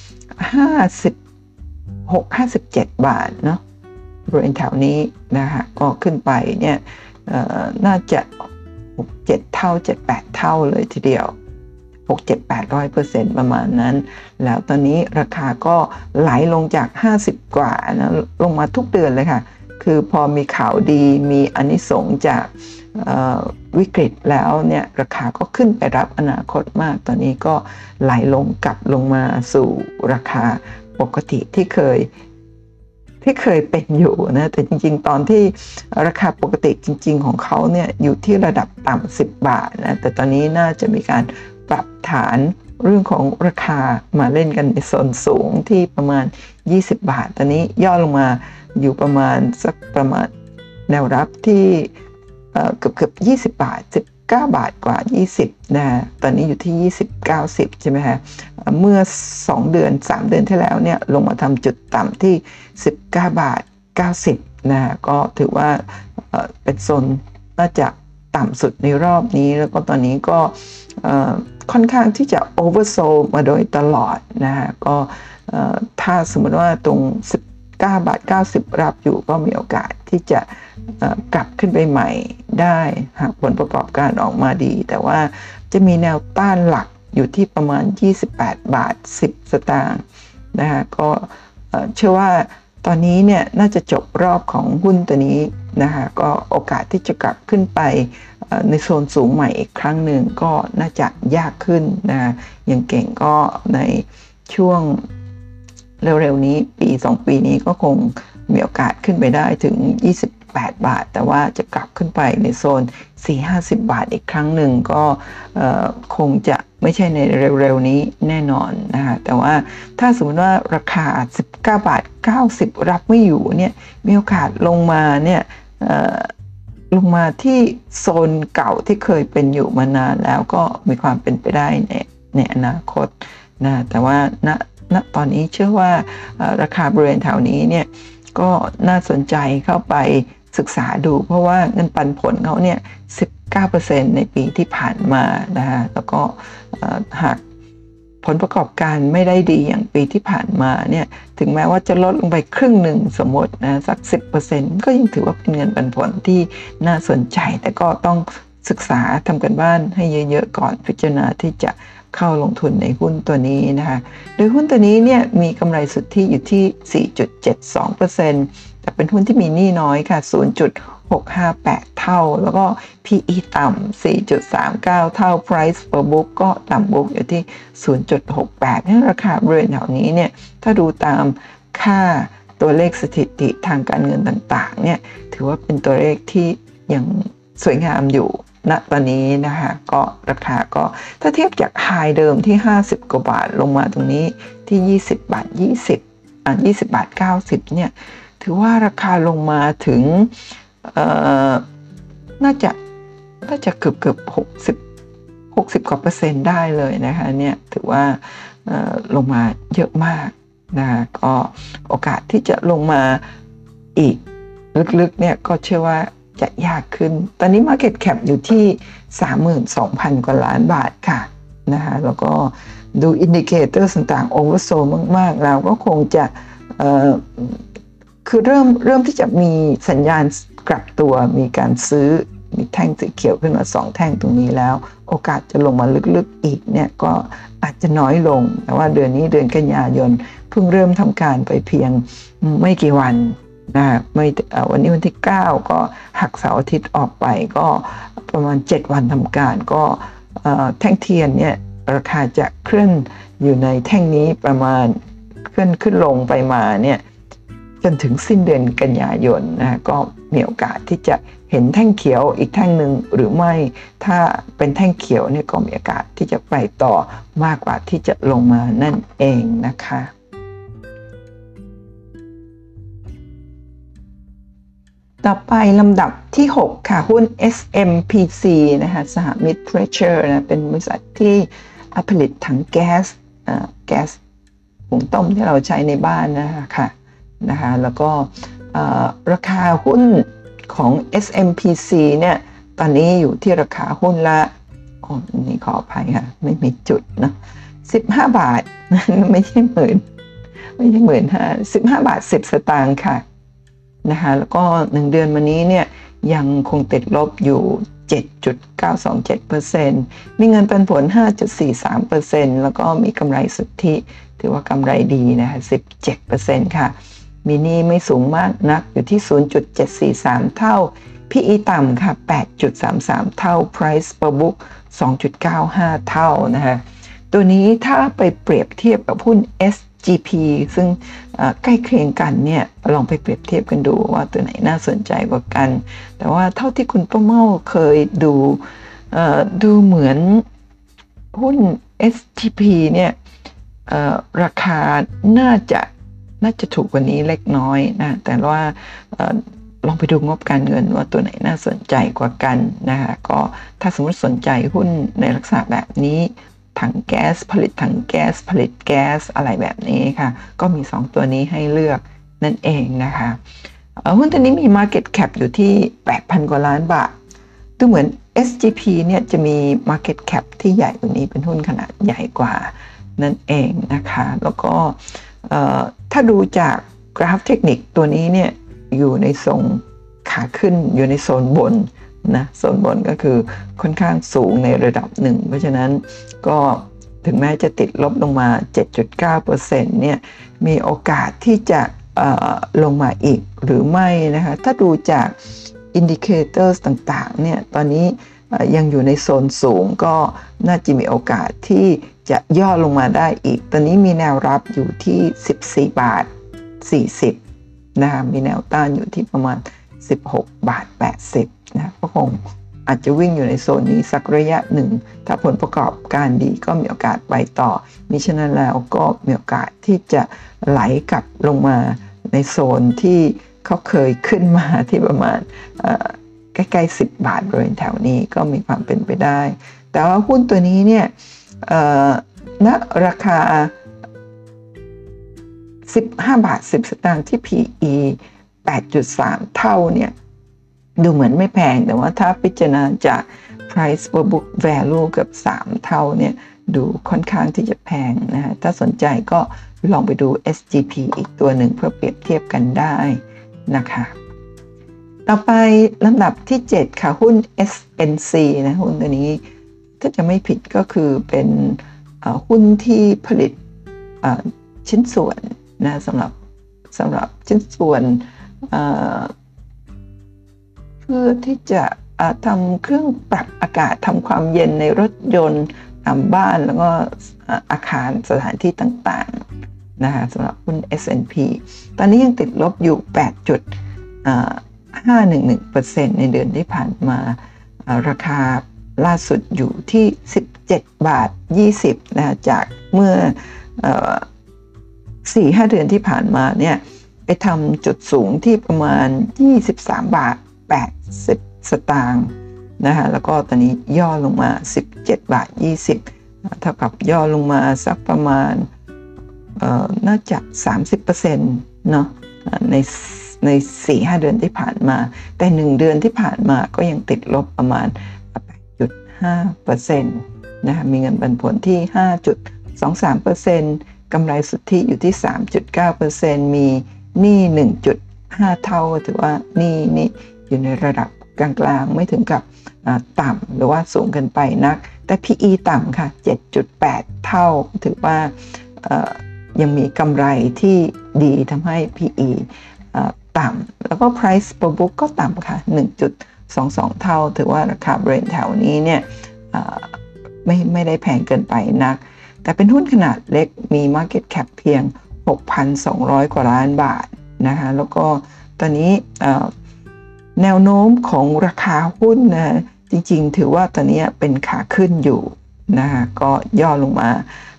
Speaker 1: 56-57 บาทเนาะบริเวณแถวนี้นะคะก็ขึ้นไปเนี่ยน่าจะ6-7 เท่า 7-8 เท่าเลยทีเดียว 600-800% ประมาณนั้นแล้วตอนนี้ราคาก็ไหลลงจาก50 กว่านะลงมาทุกเดือนเลยค่ะคือพอมีข่าวดีมีอานิสงส์จากวิกฤตแล้วเนี่ยราคาก็ขึ้นไปรับอนาคตมากตอนนี้ก็ไหลลงกลับลงมาสู่ราคาปกติที่เคยเป็นอยู่นะแต่จริงๆตอนที่ราคาปกติจริงๆของเขาเนี่ยอยู่ที่ระดับต่ำ10 บาทนะแต่ตอนนี้น่าจะมีการปรับฐานเรื่องของราคามาเล่นกันในโซนสูงที่ประมาณ20 บาทตอนนี้ย่อลงมาอยู่ประมาณสักประมาณแนวรับที่เกือบ20 บาท19 บาทกว่า20นะตอนนี้อยู่ที่20-90ใช่ไหมฮะเมื่อ2 เดือน 3 เดือนที่แล้วเนี่ยลงมาทำจุดต่ำที่19 บาท 90นะก็ถือว่าเป็นโซนน่าจะต่ำสุดในรอบนี้แล้วก็ตอนนี้ก็ค่อนข้างที่จะโอเวอร์โซลมาโดยตลอดนะฮะก็ถ้าสมมติว่าตรง19 บาท 90รับอยู่ก็มีโอกาสที่จะกลับขึ้นไปใหม่ได้หากผลประกอบการออกมาดีแต่ว่าจะมีแนวต้านหลักอยู่ที่ประมาณ28 บาท 10 สตางค์นะคะก็เชื่อว่าตอนนี้เนี่ยน่าจะจบรอบของหุ้นตัวนี้นะคะก็โอกาสที่จะกลับขึ้นไปในโซนสูงใหม่อีกครั้งหนึ่งก็น่าจะยากขึ้นนะอย่างเก่งก็ในช่วงเร็วๆนี้ปี 2 ปีนี้ก็คงมีโอกาสขึ้นไปได้ถึง28 บาทแต่ว่าจะกลับขึ้นไปในโซน 4-50 บาทอีกครั้งหนึ่งก็คงจะไม่ใช่ในเร็วๆนี้แน่นอนนะคะแต่ว่าถ้าสมมติว่าราคา19 บาท 90รับไม่อยู่เนี่ยมีโอกาสลงมาเนี่ยลงมาที่โซนเก่าที่เคยเป็นอยู่มานานแล้วก็มีความเป็นไปได้ในอนาคตนะแต่ว่าณตอนนี้เชื่อว่าราคาบริเวณแถวนี้เนี่ยก็น่าสนใจเข้าไปศึกษาดูเพราะว่าเงินปันผลเขาเนี่ย 19% ในปีที่ผ่านมานะคะแล้วก็หากผลประกอบการไม่ได้ดีอย่างปีที่ผ่านมาเนี่ยถึงแม้ว่าจะลดลงไปครึ่งหนึ่งสมมตินะสัก 10% ก็ยังถือว่าเป็นเงินปันผลที่น่าสนใจแต่ก็ต้องศึกษาทำกันบ้านให้เยอะๆก่อนพิจารณาที่จะเข้าลงทุนในหุ้นตัวนี้นะคะโดยหุ้นตัวนี้เนี่ยมีกำไรสุทธิอยู่ที่ 4.72%แต่เป็นหุ้นที่มีหนี้น้อยค่ะ 0.658 เท่าแล้วก็ PE ต่ำ 4.39 เท่า Price per book ก็ต่ำ book อยู่ที่ 0.68 นั้นราคาบริเวณแถวนี้เนี่ยถ้าดูตามค่าตัวเลขสถิติทางการเงินต่างๆเนี่ยถือว่าเป็นตัวเลขที่ยังสวยงามอยู่ณตอนนี้นะคะก็ราคาก็ถ้าเทียบจากไฮเดิมที่50กว่าบาทลงมาตรงนี้ที่20บาท20บาท90เนี่ยถือว่าราคาลงมาถึงน่าจะเกือบ60กว่า%ได้เลยนะคะเนี่ยถือว่าลงมาเยอะมากนะก็โอกาสที่จะลงมาอีกลึกๆเนี่ยก็เชื่อว่าจะยากขึ้นตอนนี้ Market Cap อยู่ที่ 32,000 กว่าล้านบาทค่ะนะคะแล้วก็ดูอินดิเคเตอร์ต่างๆโอเวอร์โซมากๆแล้วก็คงจะคือเริ่มที่จะมีสัญญาณกลับตัวมีการซื้อมีแท่งสีเขียวขึ้นมา2แท่งตรงนี้แล้วโอกาสจะลงมาลึกๆอีกเนี่ยก็อาจจะน้อยลงแต่ว่าเดือนนี้เดือนกันยายนเพิ่งเริ่มทำการไปเพียงไม่กี่วันนะวันนี้วันที่9ก็หักเสาร์อาทิตย์ออกไปก็ประมาณ7วันทำการก็แท่งเทียนเนี่ยราคาจะเคลื่อนอยู่ในแท่งนี้ประมาณขึ้นลงไปมาเนี่ยจนถึงสิ้นเดือนกันยายนนะก็มีโอกาสที่จะเห็นแท่งเขียวอีกแท่งหนึ่งหรือไม่ถ้าเป็นแท่งเขียวเนี่ยก็มีโอกาสที่จะไปต่อมากกว่าที่จะลงมานั่นเองนะคะต่อไปลำดับที่6ค่ะหุ้น SMPC นะคะสหมิตร Pressure นะเป็นบริษัทที่ผลิตถังแก๊สหุงต้มที่เราใช้ในบ้านนะคะแล้วก็ราคาหุ้นของ SMPC เนี่ยตอนนี้อยู่ที่ราคาหุ้นละนี่ขออภัยค่ะไม่มีจุดนะ15 บาทไม่ใช่หมื่น15 บาท 10 สตางค์ค่ะนะคะแล้วก็1เดือนมานี้เนี่ยยังคงติดลบอยู่ 7.927% มีเงินปันผล 5.43% แล้วก็มีกำไรสุทธิถือว่ากำไรดีนะคะ 17% ค่ะมีหนี้ไม่สูงมากนักอยู่ที่ 0.743 เท่า PE ต่ำค่ะ 8.33 เท่า Price per book 2.95 เท่านะคะตัวนี้ถ้าไปเปรียบเทียบกับหุ้น SGP ซึ่งใกล้เคียงกันเนี่ยลองไปเปรียบเทียบกันดูว่าตัวไหนน่าสนใจกว่ากันแต่ว่าเท่าที่คุณป้าเม่าเคยดูเหมือนหุ้น SGP เนี่ยราคาน่าจะถูกกว่านี้เล็กน้อยนะแต่ว่าลองไปดูงบการเงินว่าตัวไหนน่าสนใจกว่ากันนะคะก็ถ้าสมมติสนใจหุ้นในลักษณะแบบนี้ถังแก๊สผลิตถังแก๊สผลิตแก๊สอะไรแบบนี้ค่ะก็มี2ตัวนี้ให้เลือกนั่นเองนะคะหุ้นตัวนี้มี Market Cap อยู่ที่ 8,000 กว่าล้านบาทดูเหมือน SGP เนี่ยจะมี Market Cap ที่ใหญ่กว่านี้เป็นหุ้นขนาดใหญ่กว่านั่นเองนะคะแล้วก็ถ้าดูจากกราฟเทคนิคตัวนี้เนี่ยอยู่ในทรงขาขึ้นอยู่ในโซนบนนะโซนบนก็คือค่อนข้างสูงในระดับหนึ่งเพราะฉะนั้นก็ถึงแม้จะติดลบลงมา 7.9% เนี่ยมีโอกาสที่จะลงมาอีกหรือไม่นะคะถ้าดูจากอินดิเคเตอร์ต่างๆเนี่ยตอนนี้ยังอยู่ในโซนสูงก็น่าจะมีโอกาสที่จะย่อลงมาได้อีกตอนนี้มีแนวรับอยู่ที่14 บาท 40นะคะมีแนวต้านอยู่ที่ประมาณ16 บาท 80นะก็คงอาจจะวิ่งอยู่ในโซนนี้สักระยะหนึ่งถ้าผลประกอบการดีก็มีโอกาสไปต่อมิฉะนั้นแล้วก็มีโอกาสที่จะไหลกลับลงมาในโซนที่เขาเคยขึ้นมาที่ประมาณใกล้ๆ10 บาทบริเวณแถวนี้ก็มีความเป็นไปได้แต่ว่าหุ้นตัวนี้เนี่ยณราคา15 บาท 10 สตางค์ที่ PE 8.3 เท่าเนี่ยดูเหมือนไม่แพงแต่ว่าถ้าพิจารณาจาก price per book value กับ3 เท่าเนี่ยดูค่อนข้างที่จะแพงนะฮะถ้าสนใจก็ลองไปดู SGP อีกตัวหนึ่งเพื่อเปรียบเทียบกันได้นะคะต่อไปลำดับที่ 7 ค่ะหุ้น SNC นะหุ้นตัวนี้ถ้าจะไม่ผิดก็คือเป็นหุ้นที่ผลิตชิ้นส่วนนะสำหรับชิ้นส่วนเพื่อที่จะทำเครื่องปรับอากาศทำความเย็นในรถยนต์ตามบ้านแล้วก็อาคารสถานที่ต่างๆนะคะสำหรับหุ้น S&P ตอนนี้ยังติดลบอยู่ 8.511% ในเดือนที่ผ่านมาราคาล่าสุดอยู่ที่17 บาท 20นะจากเมื่อ4-5 เดือนที่ผ่านมาเนี่ยไปทำจุดสูงที่ประมาณ23 บาท 80 สตางค์นะคะแล้วก็ตอนนี้ย่อลงมา17 บาท 20เท่ากับย่อลงมาสักประมาณน่าจะ 30% เนาะใน 4-5 เดือนที่ผ่านมาแต่1 เดือนที่ผ่านมาก็ยังติดลบประมาณ 8.5% นะคะมีเงินปันผลที่ 5.23% กำไรสุทธิอยู่ที่ 3.9% มีหนี้ 1.5 เท่าถือว่าหนี้นี่อยู่ในระดับกลางๆไม่ถึงกับต่ำหรือว่าสูงเกินไปนักแต่ PE ต่ำค่ะ 7.8 เท่าถือว่ายังมีกำไรที่ดีทำให้ PE ต่ำแล้วก็ price per book ก็ต่ำค่ะ 1.22 เท่าถือว่าราคาบริเวณแถวนี้เนี่ยไม่ได้แพงเกินไปนักแต่เป็นหุ้นขนาดเล็กมี market cap เพียง 6,200 กว่าล้านบาทนะคะแล้วก็ตอนนี้แนวโน้มของราคาหุ้นนะจริงๆถือว่าตอนนี้เป็นขาขึ้นอยู่นะคะก็ย่อลงมา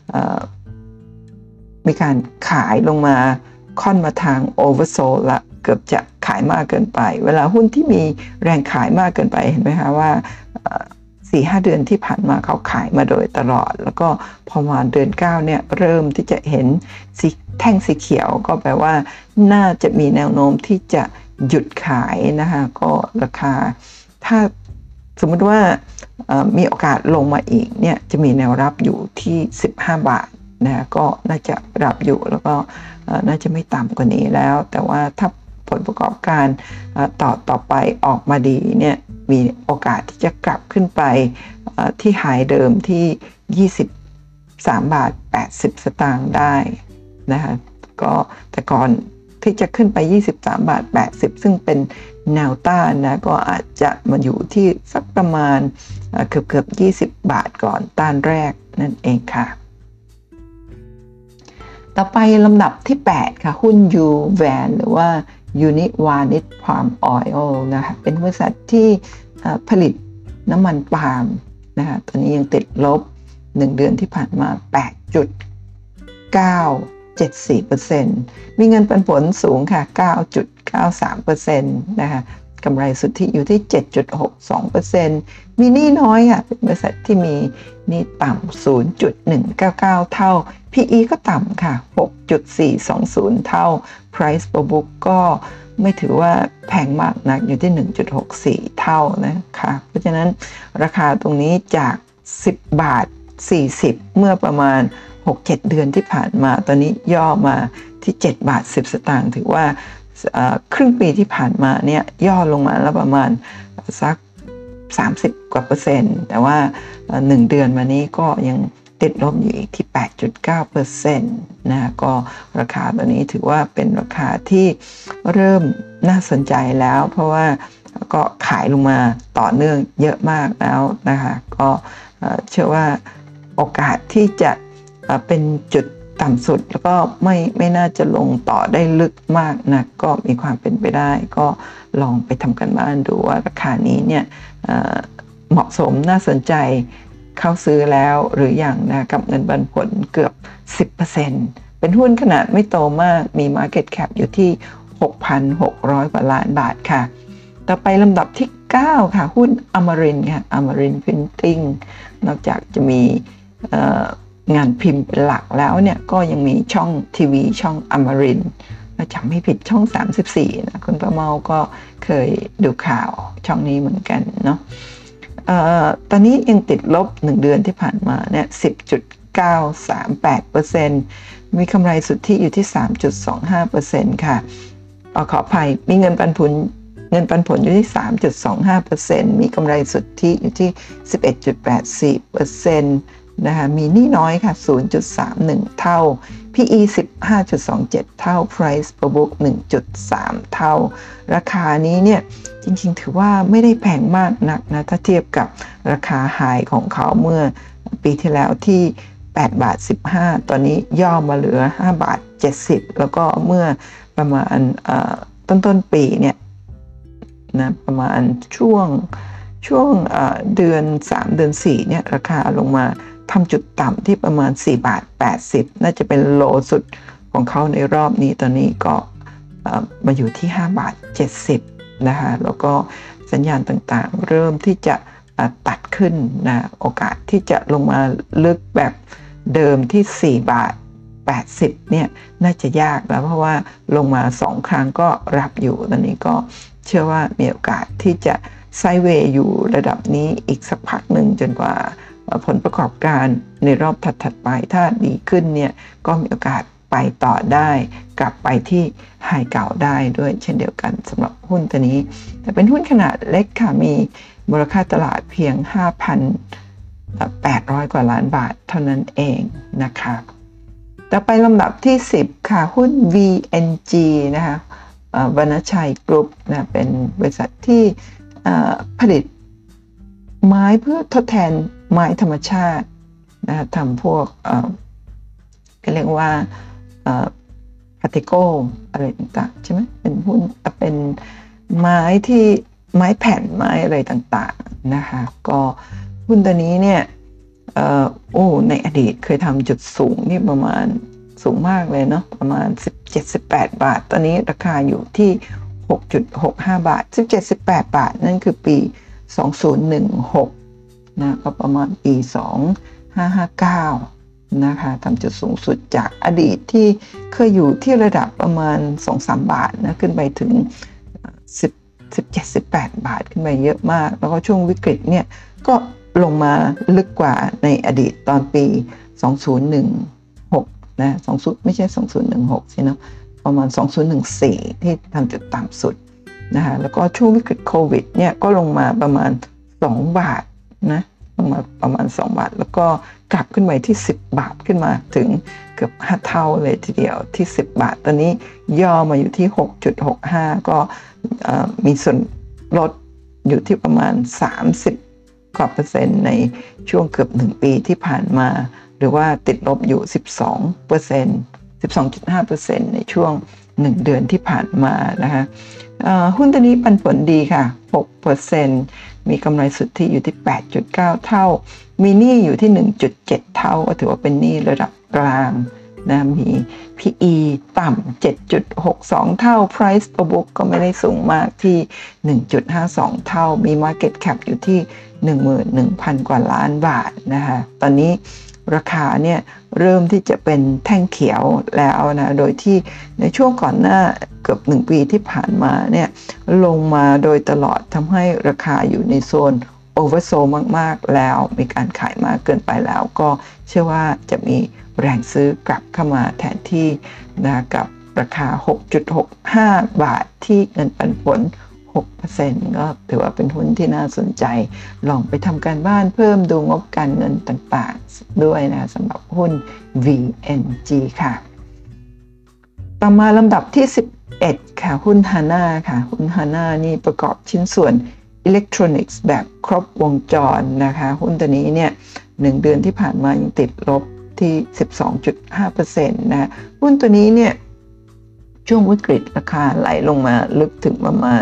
Speaker 1: มีการขายลงมาค่อนมาทางโอเวอร์โซลละเกือบจะขายมากเกินไปเวลาหุ้นที่มีแรงขายมากเกินไปเห็นไหมคะว่า4-5 เดือนที่ผ่านมาเขาขายมาโดยตลอดแล้วก็พอมาเดือน9เนี่ยเริ่มที่จะเห็นแท่งสีเขียวก็แปลว่าน่าจะมีแนวโน้มที่จะหยุดขายนะคะก็ราคาถ้าสมมติว่ามีโอกาสลงมาอีกเนี่ยจะมีแนวรับอยู่ที่15 บาทนะก็น่าจะรับอยู่แล้วก็น่าจะไม่ต่ำกว่านี้แล้วแต่ว่าถ้าผลประกอบการต่อไปออกมาดีเนี่ยมีโอกาสที่จะกลับขึ้นไปที่ไฮเดิมที่23 บาท 80 สตางค์ได้นะคะก็แต่ก่อนที่จะขึ้นไป23 บาท 80ซึ่งเป็นแนวต้านนะก็อาจจะมาอยู่ที่สักประมาณเกือบ20 บาทก่อนต้านแรกนั่นเองค่ะต่อไปลำดับที่ 8 ค่ะหุ้น UVAN หรือว่า Univanit Palm Oil นะคะเป็นบริษัทที่ผลิตน้ำมันปาล์มนะคะตอนนี้ยังติดลบ1 เดือนที่ผ่านมา 8.974% มีเงินปันผลสูงค่ะ 9.93% นะคะกำไรสุทธิอยู่ที่ 7.62% มีหนี้น้อยค่ะเป็นบริษัทที่มีหนี้ต่ำ 0.199 เท่า PE ก็ต่ำค่ะ 6.420 เท่า Price per book ก็ไม่ถือว่าแพงมากนักอยู่ที่ 1.64 เท่านะคะเพราะฉะนั้นราคาตรงนี้จาก10 บาท 40เมื่อประมาณ 6-7 เดือนที่ผ่านมาตอนนี้ย่อมาที่7 บาท 10 สตางค์ถือว่าครึ่งปีที่ผ่านมาเนี่ยย่อลงมาแล้วประมาณสัก30 กว่า%แต่ว่า1 เดือนมานี้ก็ยังติดลบอยู่อีกที่ 8.9% นะก็ราคาตัวนี้ถือว่าเป็นราคาที่เริ่มน่าสนใจแล้วเพราะว่าก็ขายลงมาต่อเนื่องเยอะมากแล้วนะคะก็เชื่อว่าโอกาสที่จะเป็นจุดต่ำสุดแล้วก็ไม่น่าจะลงต่อได้ลึกมากนะก็มีความเป็นไปได้ก็ลองไปทำกันบ้านดูว่าราคานี้เนี่ยเหมาะสมน่าสนใจเข้าซื้อแล้วหรืออย่างนะกับเงินปันผลเกือบ 10% เป็นหุ้นขนาดไม่โตมากมี Market Cap อยู่ที่ 6,600 กว่าล้านบาทค่ะต่อไปลำดับที่ 9ค่ะหุ้นอมรินทร์ค่ะอมรินทร์พิมพ์ติ้งนอกจากจะมีงานพิมพ์เป็นหลักแล้วเนี่ยก็ยังมีช่องทีวีช่องอมรินทร์ถ้าจำไม่ผิดช่อง34นะคุณประเมาก็เคยดูข่าวช่องนี้เหมือนกันเนาะตอนนี้ยังติดลบ1เดือนที่ผ่านมาเนี่ย 10.938% มีกำไรสุทธิอยู่ที่ 3.25% ค่ะขออภัยมีเงินปันผลอยู่ที่ 3.25% มีกำไรสุทธิอยู่ที่ 11.84% นะคะมีหนี้น้อยค่ะ 0.31 เท่า PE 15.27 เท่า Price per book 1.3 เท่าราคานี้เนี่ยจริงๆถือว่าไม่ได้แพงมากนักนะถ้าเทียบกับราคาไฮของเขาเมื่อปีที่แล้วที่8 บาท 15ตอนนี้ย่อมาเหลือ5 บาท 70แล้วก็เมื่อประมาณต้นปีเนี่ยนะประมาณช่วงเดือน3เดือน4เนี่ยราคาลงมาทำจุดต่ำที่ประมาณ4 บาท 80น่าจะเป็นโลสุดของเขาในรอบนี้ตอนนี้ก็มาอยู่ที่5 บาท 70นะคะแล้วก็สัญญาณต่างๆเริ่มที่จะตัดขึ้นนะโอกาสที่จะลงมาลึกแบบเดิมที่4 บาท 80เนี่ยน่าจะยากแล้วเพราะว่าลงมา2 ครั้งก็รับอยู่ตอนนี้ก็เชื่อว่ามีโอกาสที่จะไซด์เวย์อยู่ระดับนี้อีกสักพักหนึ่งจนกว่าผลประกอบการในรอบถัดๆไปถ้าดีขึ้นเนี่ยก็มีโอกาสไปต่อได้กลับไปที่ไฮเก่าได้ด้วยเช่นเดียวกันสำหรับหุ้นตัวนี้แต่เป็นหุ้นขนาดเล็กค่ะมีมูลค่าตลาดเพียง 5,800 กว่าล้านบาทเท่านั้นเองนะคะต่อไปลำดับที่10ค่ะหุ้น VNG นะคะวรรณชัยกรุ๊ปนะเป็นบริษัทที่ผลิตไม้เพื่อทดแทนไม้ธรรมชาตินะทำพวกก็เรียกว่าพาร์ติโกอะไรต่างๆใช่ไหมเป็นหุ้นเป็นไม้แผ่นไม้อะไรต่างๆนะคะก็หุ้นตัวนี้เนี่ยในอดีตเคยทำจุดสูงนี่ประมาณสูงมากเลยเนาะประมาณ17-18 บาทตอนนี้ราคาอยู่ที่ 6.65 บาท17-18 บาทนั่นคือปี2016นะก็ประมาณปี2559นะคะทำจุดสูงสุดจากอดีตที่เคยอยู่ที่ระดับประมาณ 2-3 บาทนะขึ้นไปถึง17-18 บาทขึ้นไปเยอะมากแล้วก็ช่วงวิกฤตเนี่ยก็ลงมาลึกกว่าในอดีตตอนปี2016นะ20ไม่ใช่2016สินะประมาณ2014ที่ทำจุดต่ำสุดนะคะแล้วก็ช่วงวิกฤตโควิดเนี่ยก็ลงมาประมาณ2 บาทนะลงมาประมาณ2 บาทแล้วก็กลับขึ้นไปที่10 บาทขึ้นมาถึงเกือบ5 เท่าเลยทีเดียวที่10 บาทตอนนี้ย่อมาอยู่ที่ 6.65 ก็มีส่วนลดอยู่ที่ประมาณ30 กว่า%ในช่วงเกือบ1 ปีที่ผ่านมาหรือว่าติดลบอยู่ 12.5% ในช่วง1 เดือนที่ผ่านมานะคะหุ้นตัวนี้ปันผลดีค่ะ 6% มีกำไรสุทธิอยู่ที่ 8.9 เท่ามีหนี้อยู่ที่ 1.7 เท่าก็ถือว่าเป็นหนี้ระดับกลางนะมี PE ต่ำ 7.62 เท่า Price per book ก็ไม่ได้สูงมากที่ 1.52 เท่ามี Market Cap อยู่ที่ 11,000 กว่าล้านบาทนะคะตอนนี้ราคาเนี่ยเริ่มที่จะเป็นแท่งเขียวแล้วนะโดยที่ในช่วงก่อนหน้าเกือบ1 ปีที่ผ่านมาเนี่ยลงมาโดยตลอดทำให้ราคาอยู่ในโซนโอเวอร์โซมากๆแล้วมีการขายมากเกินไปแล้วก็เชื่อว่าจะมีแรงซื้อกลับเข้ามาแทนที่นะกับราคา 6.65 บาทที่เงินปันผล 6% ก็ถือว่าเป็นหุ้นที่น่าสนใจลองไปทำการบ้านเพิ่มดูงบการเงินต่างๆด้วยนะสำหรับหุ้น VNG ค่ะต่อมาลำดับที่11ค่ะหุ้น HANA ค่ะหุ้น HANA นี่ประกอบชิ้นส่วนอิเล็กทรอนิกส์แบบครบวงจรนะคะหุ้นตัวนี้เนี่ย1 เดือนที่ผ่านมายังติดลบที่ 12.5% นะหุ้นตัวนี้เนี่ยช่วงวิกฤตราคาไหลลงมาลึกถึงประมาณ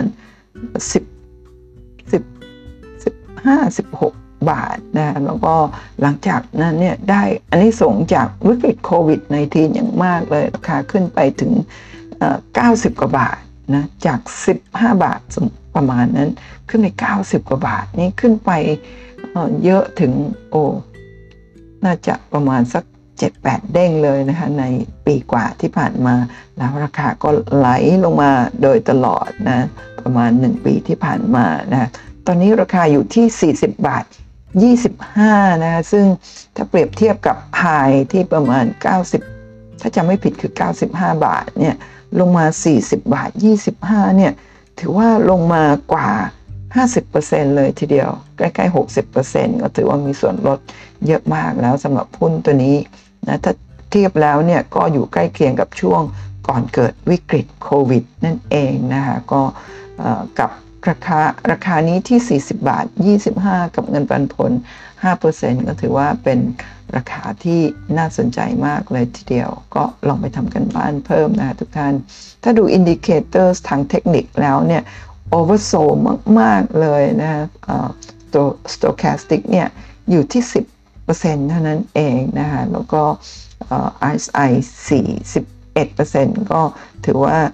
Speaker 1: 15-16 บาทนะแล้วก็หลังจากนั้นเนี่ยได้อานิสงส์จากวิกฤตโควิด-19 อย่างมากเลยราคาขึ้นไปถึง90 กว่าบาทนะจาก15 บาทประมาณนั้นขึ้นไป90 กว่าบาทนี่ขึ้นไปเยอะถึงน่าจะประมาณสัก7-8 เด้งเลยนะคะในปีกว่าที่ผ่านมาแล้วราคาก็ไหลลงมาโดยตลอดนะประมาณ1 ปีที่ผ่านมานะตอนนี้ราคาอยู่ที่40 บาท 25นะซึ่งถ้าเปรียบเทียบกับไฮที่ประมาณ90ถ้าจำไม่ผิดคือ95 บาทเนี่ยลงมา40 บาท 25เนี่ยถือว่าลงมากว่า50% เลยทีเดียวใกล้ๆ60%ก็ถือว่ามีส่วนลดเยอะมากแล้วสำหรับหุ้นตัวนี้นะถ้าเทียบแล้วเนี่ยก็อยู่ใกล้เคียงกับช่วงก่อนเกิดวิกฤตโควิดนั่นเองนะคะก็กับราคานี้ที่40 บาท 25กับเงินปันผล 5% ก็ถือว่าเป็นราคาที่น่าสนใจมากเลยทีเดียวก็ลองไปทำกันบ้านเพิ่มนะทุกท่านถ้าดูอินดิเคเตอร์ทางเทคนิคแล้วเนี่ยoversold มากๆเลยนะตัว stochastic เนี่ยอยู่ที่10%เท่านั้นเองนะคะแล้วก็RSI 41% ก็ถือว่า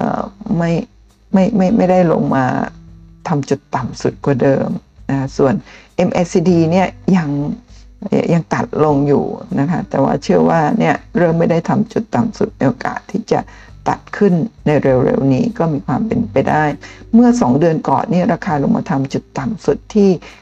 Speaker 1: ไม่ได้ลงมาทำจุดต่ำสุดกว่าเดิมนะส่วน MACD เนี่ยยังตัดลงอยู่นะคะแต่ว่าเชื่อว่าเนี่ยเริ่มไม่ได้ทำจุดต่ำสุดในโอกาสที่จะตัดขึ้นในเร็วๆนี้ก็มีความเป็นไปได้เมื่อ2 เดือนก่อนนี่ราคาลงมาทำจุดต่ำสุดที่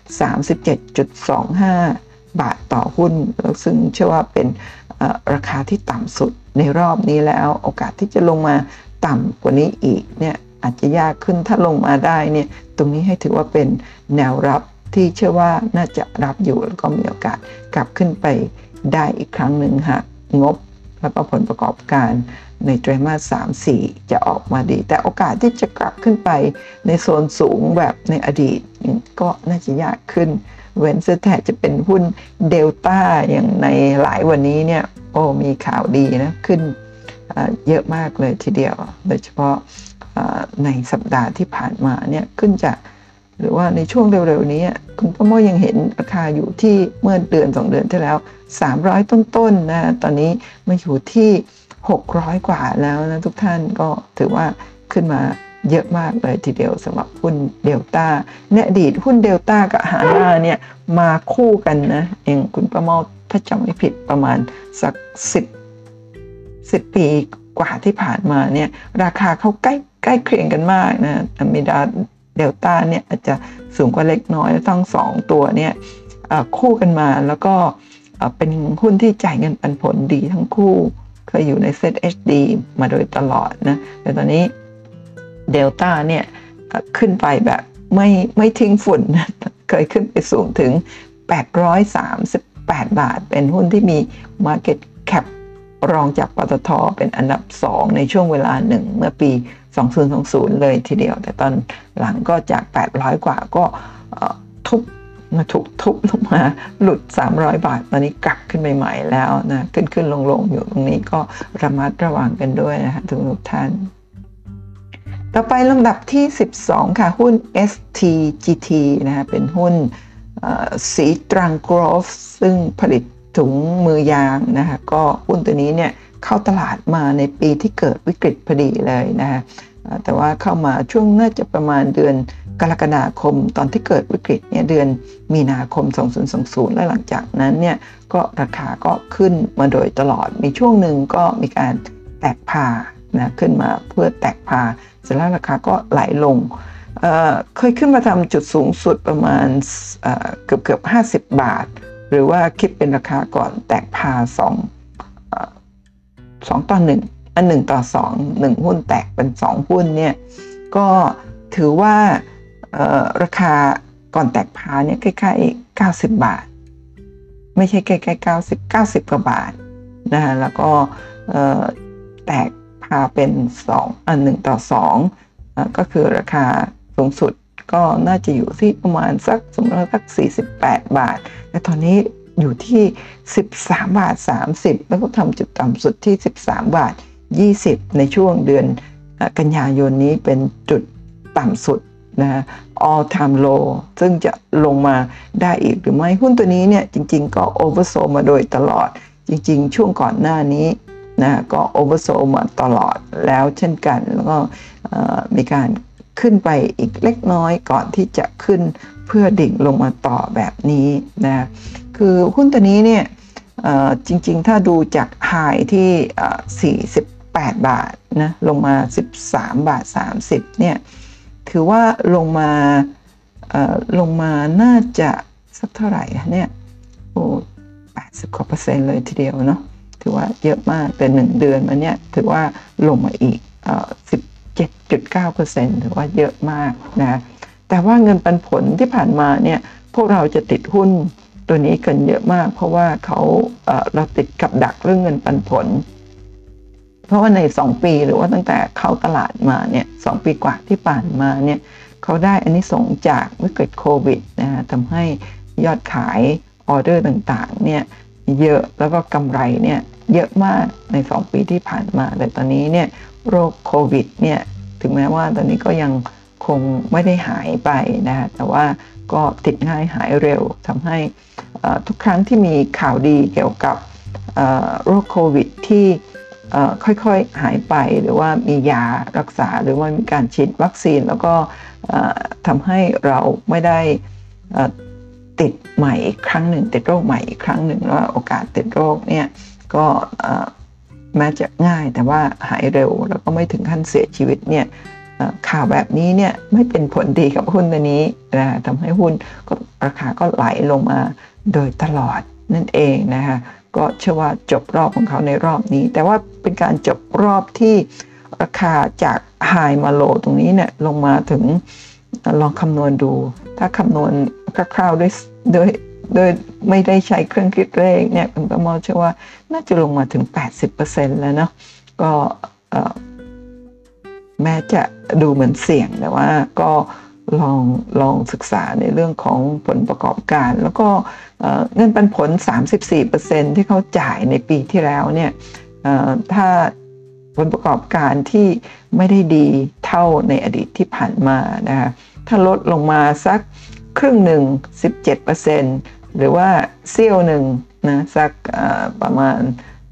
Speaker 1: 37.25 บาทต่อหุ้นซึ่งเชื่อว่าเป็นราคาที่ต่ำสุดในรอบนี้แล้วโอกาสที่จะลงมาต่ำกว่านี้อีกเนี่ยอาจจะยากขึ้นถ้าลงมาได้เนี่ยตรงนี้ให้ถือว่าเป็นแนวรับที่เชื่อว่าน่าจะรับอยู่แล้วก็มีโอกาสกลับขึ้นไปได้อีกครั้งหนึ่งหากงบแล้วก็ผลประกอบการในไตรมาส 3-4 จะออกมาดีแต่โอกาสที่จะกลับขึ้นไปในโซนสูงแบบในอดีตก็น่าจะยากขึ้นเว้นแต่จะเป็นหุ้นเดลต้าอย่างในหลายวันนี้เนี่ยมีข่าวดีนะขึ้นเยอะมากเลยทีเดียวโดยเฉพาะในสัปดาห์ที่ผ่านมาเนี่ยขึ้นจากหรือว่าในช่วงเร็วๆนี้คุณป้าโมยังเห็นราคาอยู่ที่เมื่อเดือน2 เดือนที่แล้ว300ต้นๆนะตอนนี้มาอยู่ที่600 กว่าแล้วนะทุกท่านก็ถือว่าขึ้นมาเยอะมากเลยทีเดียวสำหรับหุ้นเดลต้าในอดีตหุ้นเดลต้ากับฮาน่าเนี่ยมาคู่กันนะเองคุณป้าโมถ้าจำไม่ผิดประมาณสัก10 ปีกว่าที่ผ่านมาเนี่ยราคาเขาใกล้เคียงกันมากนะอเมริกาเดลต้าเนี่ยอาจจะสูงกว่าเล็กน้อยทั้ง2 ตัวเนี่ยคู่กันมาแล้วก็เป็นหุ้นที่จ่ายเงินปันผลดีทั้งคู่เคยอยู่ใน ZHD มาโดยตลอดนะแต่ตอนนี้เดลต้าเนี่ยขึ้นไปแบบไม่ทิ้งฝุ่นนะเคยขึ้นไปสูงถึง838 บาทเป็นหุ้นที่มี Market Cap รองจากปตท.เป็นอันดับ2ในช่วงเวลาหนึ่งเมื่อปี2020เลยทีเดียวแต่ตอนหลังก็จาก800 กว่าก็ถูกทุบลงมาหลุด300 บาทตอนนี้กลับขึ้นไปใหม่แล้วนะขึ้นลงอยู่ตรงนี้ก็ระมัดระวังกันด้วยนะคะทุกท่านต่อไปลำดับที่12ค่ะหุ้น STGT นะคะเป็นหุ้นสีตรังโกรฟซึ่งผลิตถุงมือยางนะคะก็หุ้นตัวนี้เนี่ยเข้าตลาดมาในปีที่เกิดวิกฤตพอดีเลยนะคะแต่ว่าเข้ามาช่วงน่าจะประมาณเดือนกรกฎาคมตอนที่เกิดวิกฤตเนี่ยเดือนมีนาคม2020และหลังจากนั้นเนี่ยก็ราคาก็ขึ้นมาโดยตลอดมีช่วงหนึ่งก็มีการแตกพานะขึ้นมาเพื่อแตกพาเสร็จแล้วราคาก็ไหลลงเคยขึ้นมาทำจุดสูงสุดประมาณเกือบ50 บาทหรือว่าคิดเป็นราคาก่อนแตกพา2 ต่อ 1 1 ต่อ 2 1 หุ้นแตกเป็น2 หุ้นเนี่ยก็ถือว่าราคาก่อนแตกพาเนี่ยใกล้ๆ90 บาทไม่ใช่ใกล้ๆ90 กว่าบาทนะคะแล้วก็แตกพาเป็น1 ต่อ 2ก็คือราคาสูงสุดก็น่าจะอยู่ที่ประมาณสักสมมติสัก48 บาทแต่ตอนนี้อยู่ที่13 บาท 30แล้วก็ทำจุดต่ำสุดที่13 บาท 20ในช่วงเดือนกันยายนนี้เป็นจุดต่ำสุดนะ all time low ซึ่งจะลงมาได้อีกหรือไม่หุ้นตัวนี้เนี่ยจริงๆก็ oversold มาโดยตลอดจริงๆช่วงก่อนหน้านี้นะก็ oversold มาตลอดแล้วเช่นกันแล้วก็มีการขึ้นไปอีกเล็กน้อยก่อนที่จะขึ้นเพื่อดิ่งลงมาต่อแบบนี้นะคือหุ้นตัวนี้เนี่ยจริงๆถ้าดูจากไฮที่48 บาทนะลงมา13 บาท 30เนี่ยถือว่าลงมาน่าจะสักเท่าไหร่เนี่ยโอ้80 กว่า%เลยทีเดียวเนาะถือว่าเยอะมากแต่1 เดือนมาเนี่ยถือว่าลงมาอีก17.9% ถือว่าเยอะมากนะแต่ว่าเงินปันผลที่ผ่านมาเนี่ยพวกเราจะติดหุ้นตัวนี้กันเยอะมากเพราะว่าเราติดกับดักเรื่องเงินปันผลเพราะว่าใน2 ปีหรือว่าตั้งแต่เข้าตลาดมาเนี่ย2 ปีกว่าที่ผ่านมาเนี่ยเขาได้อานิสงส์จากวิกฤตโควิดนะทำให้ยอดขายออเดอร์ต่างๆเนี่ยเยอะแล้วก็กำไรเนี่ยเยอะมากใน2 ปีที่ผ่านมาแต่ตอนนี้เนี่ยโรคโควิดเนี่ยถึงแม้ว่าตอนนี้ก็ยังคงไม่ได้หายไปนะแต่ว่าก็ติดง่ายหายเร็วทำให้ทุกครั้งที่มีข่าวดีเกี่ยวกับโรคโควิดที่ค่อยๆหายไปหรือว่ามียารักษาหรือว่ามีการฉีดวัคซีนแล้วก็ทำให้เราไม่ได้ติดใหม่อีกครั้งหนึ่งติดโรคใหม่อีกครั้งหนึ่งแล้วโอกาสติดโรคเนี่ยก็แม้จะง่ายแต่ว่าหายเร็วแล้วก็ไม่ถึงขั้นเสียชีวิตเนี่ยข่าวแบบนี้เนี่ยไม่เป็นผลดีกับหุ้นตัวนี้นะทำให้หุ้นก็ราคาก็ไหลลงมาโดยตลอดนั่นเองนะคะก็เชื่อว่าจบรอบของเขาในรอบนี้แต่ว่าเป็นการจบรอบที่ราคาจากไฮมาโลตรงนี้เนี่ยลงมาถึงลองคำนวณดูถ้าคำนวณคร่าวๆโดยไม่ได้ใช้เครื่องคิดเลขเนี่ยคุณประเมินเชื่อว่าน่าจะลงมาถึง 80% แล้วเนาะก็แม้จะดูเหมือนเสี่ยงแต่ว่าก็ลองศึกษาในเรื่องของผลประกอบการแล้วก็เงินปันผล 34% ที่เขาจ่ายในปีที่แล้วเนี่ยถ้าผลประกอบการที่ไม่ได้ดีเท่าในอดีตที่ผ่านมานะคะถ้าลดลงมาสักครึ่งหนึ่ง 17% หรือว่าเสี้ยวหนึ่งนะสักประมาณ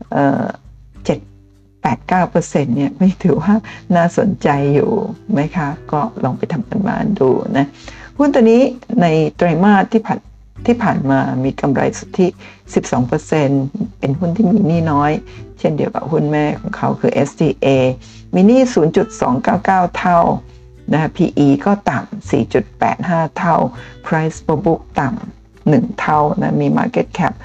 Speaker 1: 8-9% เนี่ยไม่ถือว่าน่าสนใจอยู่ไหมคะก็ลองไปทำกันบ้านดูนะหุ้นตัวนี้ในไตรมาสที่ผ่านมามีกำไรสุทธิ 12% เป็นหุ้นที่มีหนี้น้อยเช่นเดียวกับหุ้นแม่ของเขาคือ STA มีหนี้ 0.299 เท่านะ PE ก็ต่ำ 4.85 เท่า Price per book ต่ำ1 เท่านะมี Market Cap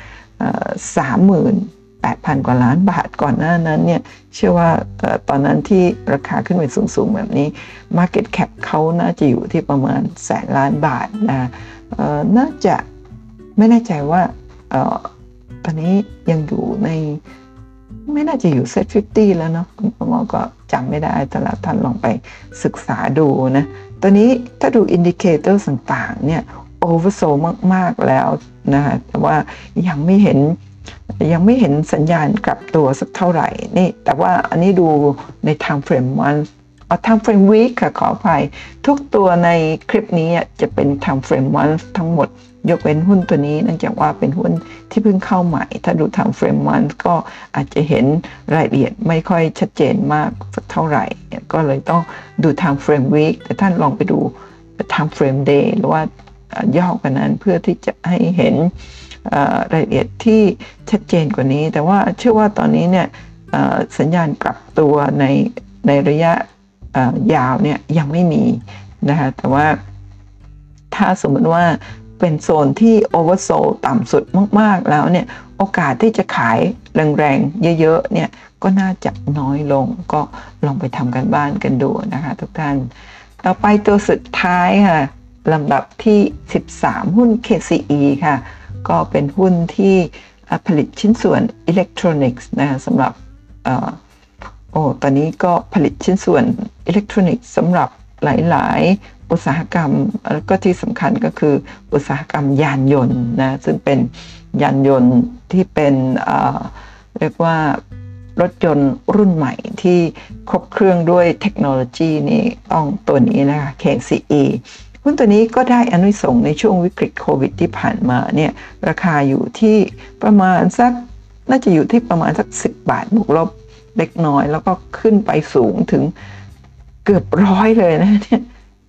Speaker 1: 38,000 กว่าล้านบาทก่อนหน้านั้นเนี่ยเชื่อว่าตอนนั้นที่ราคาขึ้นไปสูงๆแบบนี้ Market Cap เขาน่าจะอยู่ที่ประมาณ100,000 ล้านบาทนะน่าจะไม่แน่ใจว่าตอนนี้ยังอยู่ในไม่น่าจะอยู่เซ็ต50แล้วเนาะคุณประมอก็จำไม่ได้แต่ละท่านลองไปศึกษาดูนะตอนนี้ถ้าดูอินดิเคเตอร์ต่างๆเนี่ยโอเวอร์โซมากๆแล้วนะคะแต่ว่ายังไม่เห็นสัญญาณกลับตัวสักเท่าไหร่นี่แต่ว่าอันนี้ดูใน time frame วันtime frame week ค่ะขออภัยทุกตัวในคลิปนี้จะเป็น time frame วันทั้งหมดยกเว้นหุ้นตัวนี้เนื่องจากว่าเป็นหุ้นที่เพิ่งเข้าใหม่ถ้าดู time frame วันก็อาจจะเห็นรายละเอียดไม่ค่อยชัดเจนมากสักเท่าไหร่ก็เลยต้องดู time frame week แต่ท่านลองไปดู time frame day หรือว่าย่อกว่านั้นเพื่อที่จะให้เห็นรายละเอียดที่ชัดเจนกว่านี้แต่ว่าเชื่อว่าตอนนี้เนี่ยสัญญาณกลับตัวในระยะยาวเนี่ยยังไม่มีนะคะแต่ว่าถ้าสมมติว่าเป็นโซนที่โอเวอร์โซลต่ำสุดมากๆแล้วเนี่ยโอกาสที่จะขายแรงๆเยอะๆเนี่ยก็น่าจะน้อยลงก็ลองไปทำกันบ้านกันดูนะคะทุกท่านต่อไปตัวสุดท้ายค่ะลำดับที่13หุ้น KCE ค่ะก็เป็นหุ้นที่ผลิตชิ้นส่วนอิเล็กทรอนิกส์นะสำหรับตอนนี้ก็ผลิตชิ้นส่วนอิเล็กทรอนิกส์สำหรับหลายๆอุตสาหกรรมแล้วก็ที่สำคัญก็คืออุตสาหกรรมยานยนต์นะซึ่งเป็นยานยนต์ที่เป็นเรียกว่ารถยนต์รุ่นใหม่ที่ครบเครื่องด้วยเทคโนโลยีนี่ต้องตัวนี้นะคะ KCE หุ้นตัวนี้ก็ได้อานิสงส์ในช่วงวิกฤตโควิดที่ผ่านมาเนี่ยราคาอยู่ที่ประมาณสักน่าจะอยู่ที่ประมาณสัก10 บาทบวกลบเล็กน้อยแล้วก็ขึ้นไปสูงถึงเกือบ100เลยนะเนี่ย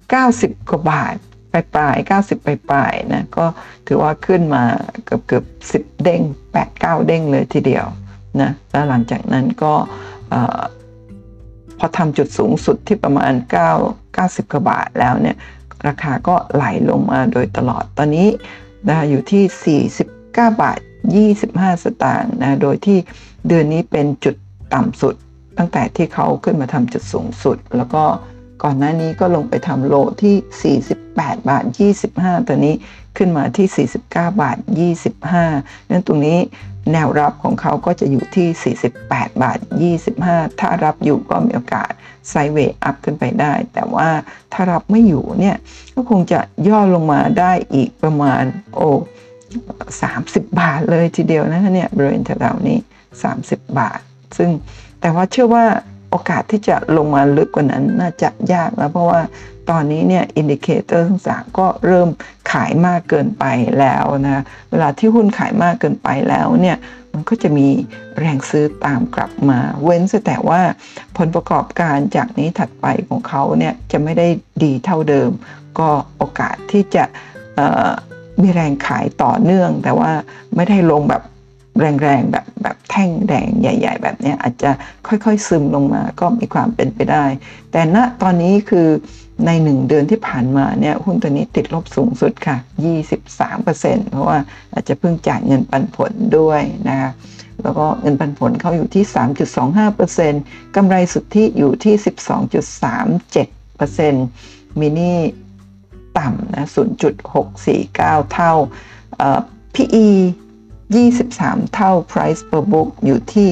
Speaker 1: 90 กว่าบาทปลาย90ปลายนะก็ถือว่าขึ้นมาเกือบ10 เด้ง 8-9 เด้งเลยทีเดียวนะแล้วหลังจากนั้นก็พอทำจุดสูงสุดที่ประมาณ90 กว่าบาทแล้วเนี่ยราคาก็ไหลลงมาโดยตลอดตอนนี้นะอยู่ที่49 บาท 25 สตางค์นะโดยที่เดือนนี้เป็นจุดต่ำสุดตั้งแต่ที่เขาขึ้นมาทำจุดสูงสุดแล้วก็ก่อนหน้านี้ก็ลงไปทำโลที่48 บาท 25ตอนนี้ขึ้นมาที่49 บาท 25นั้นตรงนี้แนวรับของเขาก็จะอยู่ที่48 บาท 25ถ้ารับอยู่ก็มีโอกาสไซด์เวย์อัพขึ้นไปได้แต่ว่าถ้ารับไม่อยู่เนี่ยก็คงจะย่อลงมาได้อีกประมาณ30 บาทเลยทีเดียวนะคะเนี่ยบริเวณแถวๆนี้30 บาทซึ่งแต่ว่าเชื่อว่าโอกาสที่จะลงมาลึกกว่านั้นน่าจะยากแล้วเพราะว่าตอนนี้เนี่ยอินดิเคเตอร์ต่างๆก็เริ่มขายมากเกินไปแล้วนะเวลาที่หุ้นขายมากเกินไปแล้วเนี่ยมันก็จะมีแรงซื้อตามกลับมาเว้นแต่ว่าผลประกอบการจากนี้ถัดไปของเขาเนี่ยจะไม่ได้ดีเท่าเดิมก็โอกาสที่จะมีแรงขายต่อเนื่องแต่ว่าไม่ได้ลงแบบแรงๆแบบแท่งแดงใหญ่ๆแบบนี้อาจจะค่อยๆซึมลงมาก็มีความเป็นไปได้แต่ณตอนนี้คือใน1 เดือนที่ผ่านมาเนี่ยหุ้นตัวนี้ติดลบสูงสุดค่ะ 23% เพราะว่าอาจจะเพิ่งจ่ายเงินปันผลด้วยนะคะแล้วก็เงินปันผลเขาอยู่ที่ 3.25% กำไรสุทธิอยู่ที่ 12.37%มินิต่ำนะ 0.649 เท่าPE 23 เท่า Price per book อยู่ที่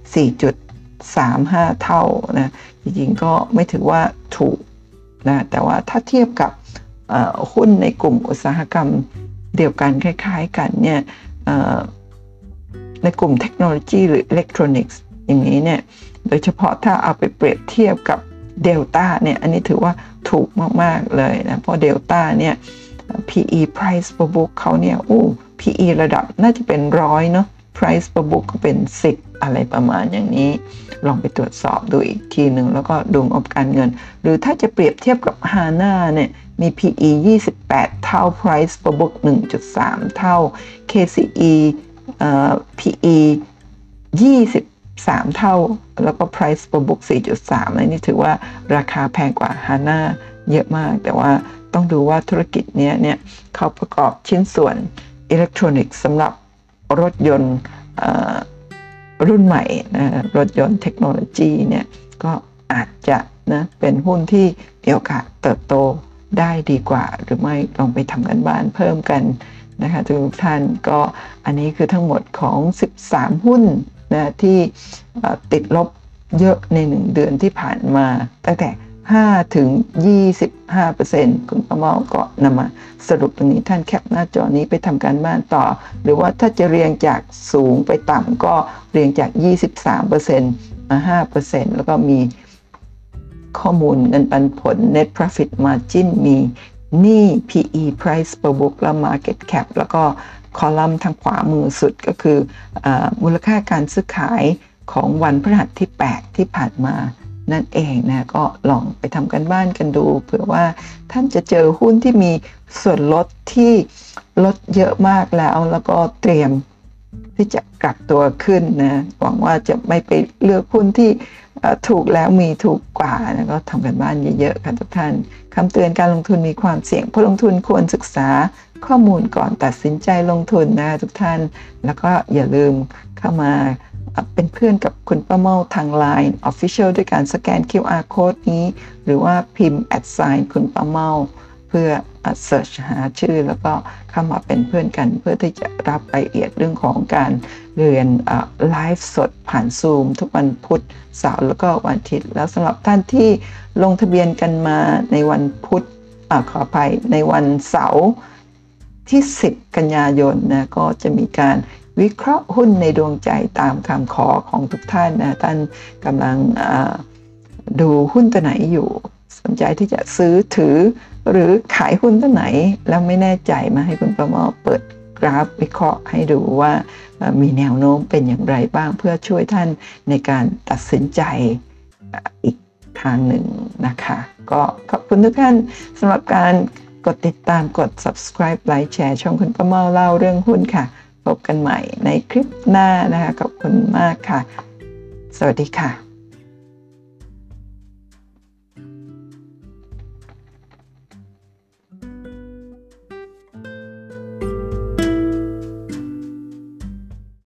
Speaker 1: 4.35 เท่านะจริงๆก็ไม่ถือว่าถูกนะแต่ว่าถ้าเทียบกับหุ้นในกลุ่มอุตสาหกรรมเดียวกันคล้ายๆกันเนี่ยในกลุ่มเทคโนโลยีหรืออิเล็กทรอนิกส์อย่างนี้เนี่ยโดยเฉพาะถ้าเอาไปเปรียบเทียบกับเดลต้าเนี่ยอันนี้ถือว่าถูกมากๆเลยนะเพราะเดลต้าเนี่ย PE Price per book เขาเนี่ยPE ระดับน่าจะเป็น100เนาะ Price per book ก็เป็น10อะไรประมาณอย่างนี้ลองไปตรวจสอบดูอีกทีหนึ่งแล้วก็ดูงบการเงินหรือถ้าจะเปรียบเทียบกับ HANA เนี่ยมี PE 28 เท่า Price per book 1.3 เท่า KCE PE 23 เท่าแล้วก็ Price per book 4.3 อันนี้ถือว่าราคาแพงกว่า HANA เยอะมากแต่ว่าต้องดูว่าธุรกิจนี้เนี่ยเขาประกอบชิ้นส่วนอิเล็กทรอนิกส์สำหรับรถยนต์รุ่นใหม่รถยนต์เทคโนโลยีเนี่ยก็อาจจะนะเป็นหุ้นที่มีโอกาสเติบโตได้ดีกว่าหรือไม่ลองไปทำกันบ้านเพิ่มกันนะคะทุกท่านก็อันนี้คือทั้งหมดของ13หุ้นนะที่ติดลบเยอะใน1 เดือนที่ผ่านมาตั้งแต่5-25% คุณประเมาก็นำมาสรุปตรงนี้ท่านแคปหน้าจอนี้ไปทำการบ้านต่อหรือว่าถ้าจะเรียงจากสูงไปต่ำก็เรียงจาก 23% มา 5% แล้วก็มีข้อมูลเงินปันผล Net Profit Margin มีหนี้ PE Price per book และ Market Cap แล้วก็คอลัมน์ทางขวามือสุดก็คือมูลค่าการซื้อขายของวันพฤหัสที่8ที่ผ่านมานั่นเองนะก็ลองไปทำกันบ้านกันดูเผื่อว่าท่านจะเจอหุ้นที่มีส่วนลดที่ลดเยอะมากแล้วก็เตรียมที่จะกลับตัวขึ้นนะหวังว่าจะไม่ไปเลือกหุ้นที่ถูกแล้วมีถูกกว่านะก็ทำกันบ้านเยอะๆค่ะทุกท่านคำเตือนการลงทุนมีความเสี่ยงผู้ลงทุนควรศึกษาข้อมูลก่อนตัดสินใจลงทุนนะทุกท่านแล้วก็อย่าลืมเข้ามาเป็นเพื่อนกับคุณป้าเมาทาง Line Official ด้วยการสแกน QR Code นี้หรือว่าพิมพ์ @ คุณป้าเมาเพื่อsearch หาชื่อแล้วก็เข้ามาเป็นเพื่อนกันเพื่อที่จะรับรายละเอียดเรื่องของการเรียนไลฟ์สดผ่านซูมทุกวันพุธเสาร์แล้วก็วันอาทิตย์แล้วสำหรับท่านที่ลงทะเบียนกันมาในวันพุธขออภัยในวันเสาร์ที่10 กันยายนนะก็จะมีการวิเคราะห์หุ้นในดวงใจตามคำขอของทุกท่านนะท่านกำลังดูหุ้นตัวไหนอยู่สนใจที่จะซื้อถือหรือขายหุ้นตัวไหนแล้วไม่แน่ใจมาให้คุณประเมาเปิดกราฟวิเคราะห์ให้ดูว่ามีแนวโน้มเป็นอย่างไรบ้างเพื่อช่วยท่านในการตัดสินใจอีกทางหนึ่งนะคะก็ขอบคุณทุกท่านสำหรับการกดติดตามกด subscribe ไลค์แชร์ช่องคุณป้าเมาเล่าเรื่องหุ้นค่ะพบกันใหม่ในคลิปหน้านะคะขอบคุณมากค่ะสวัสดีค่ะ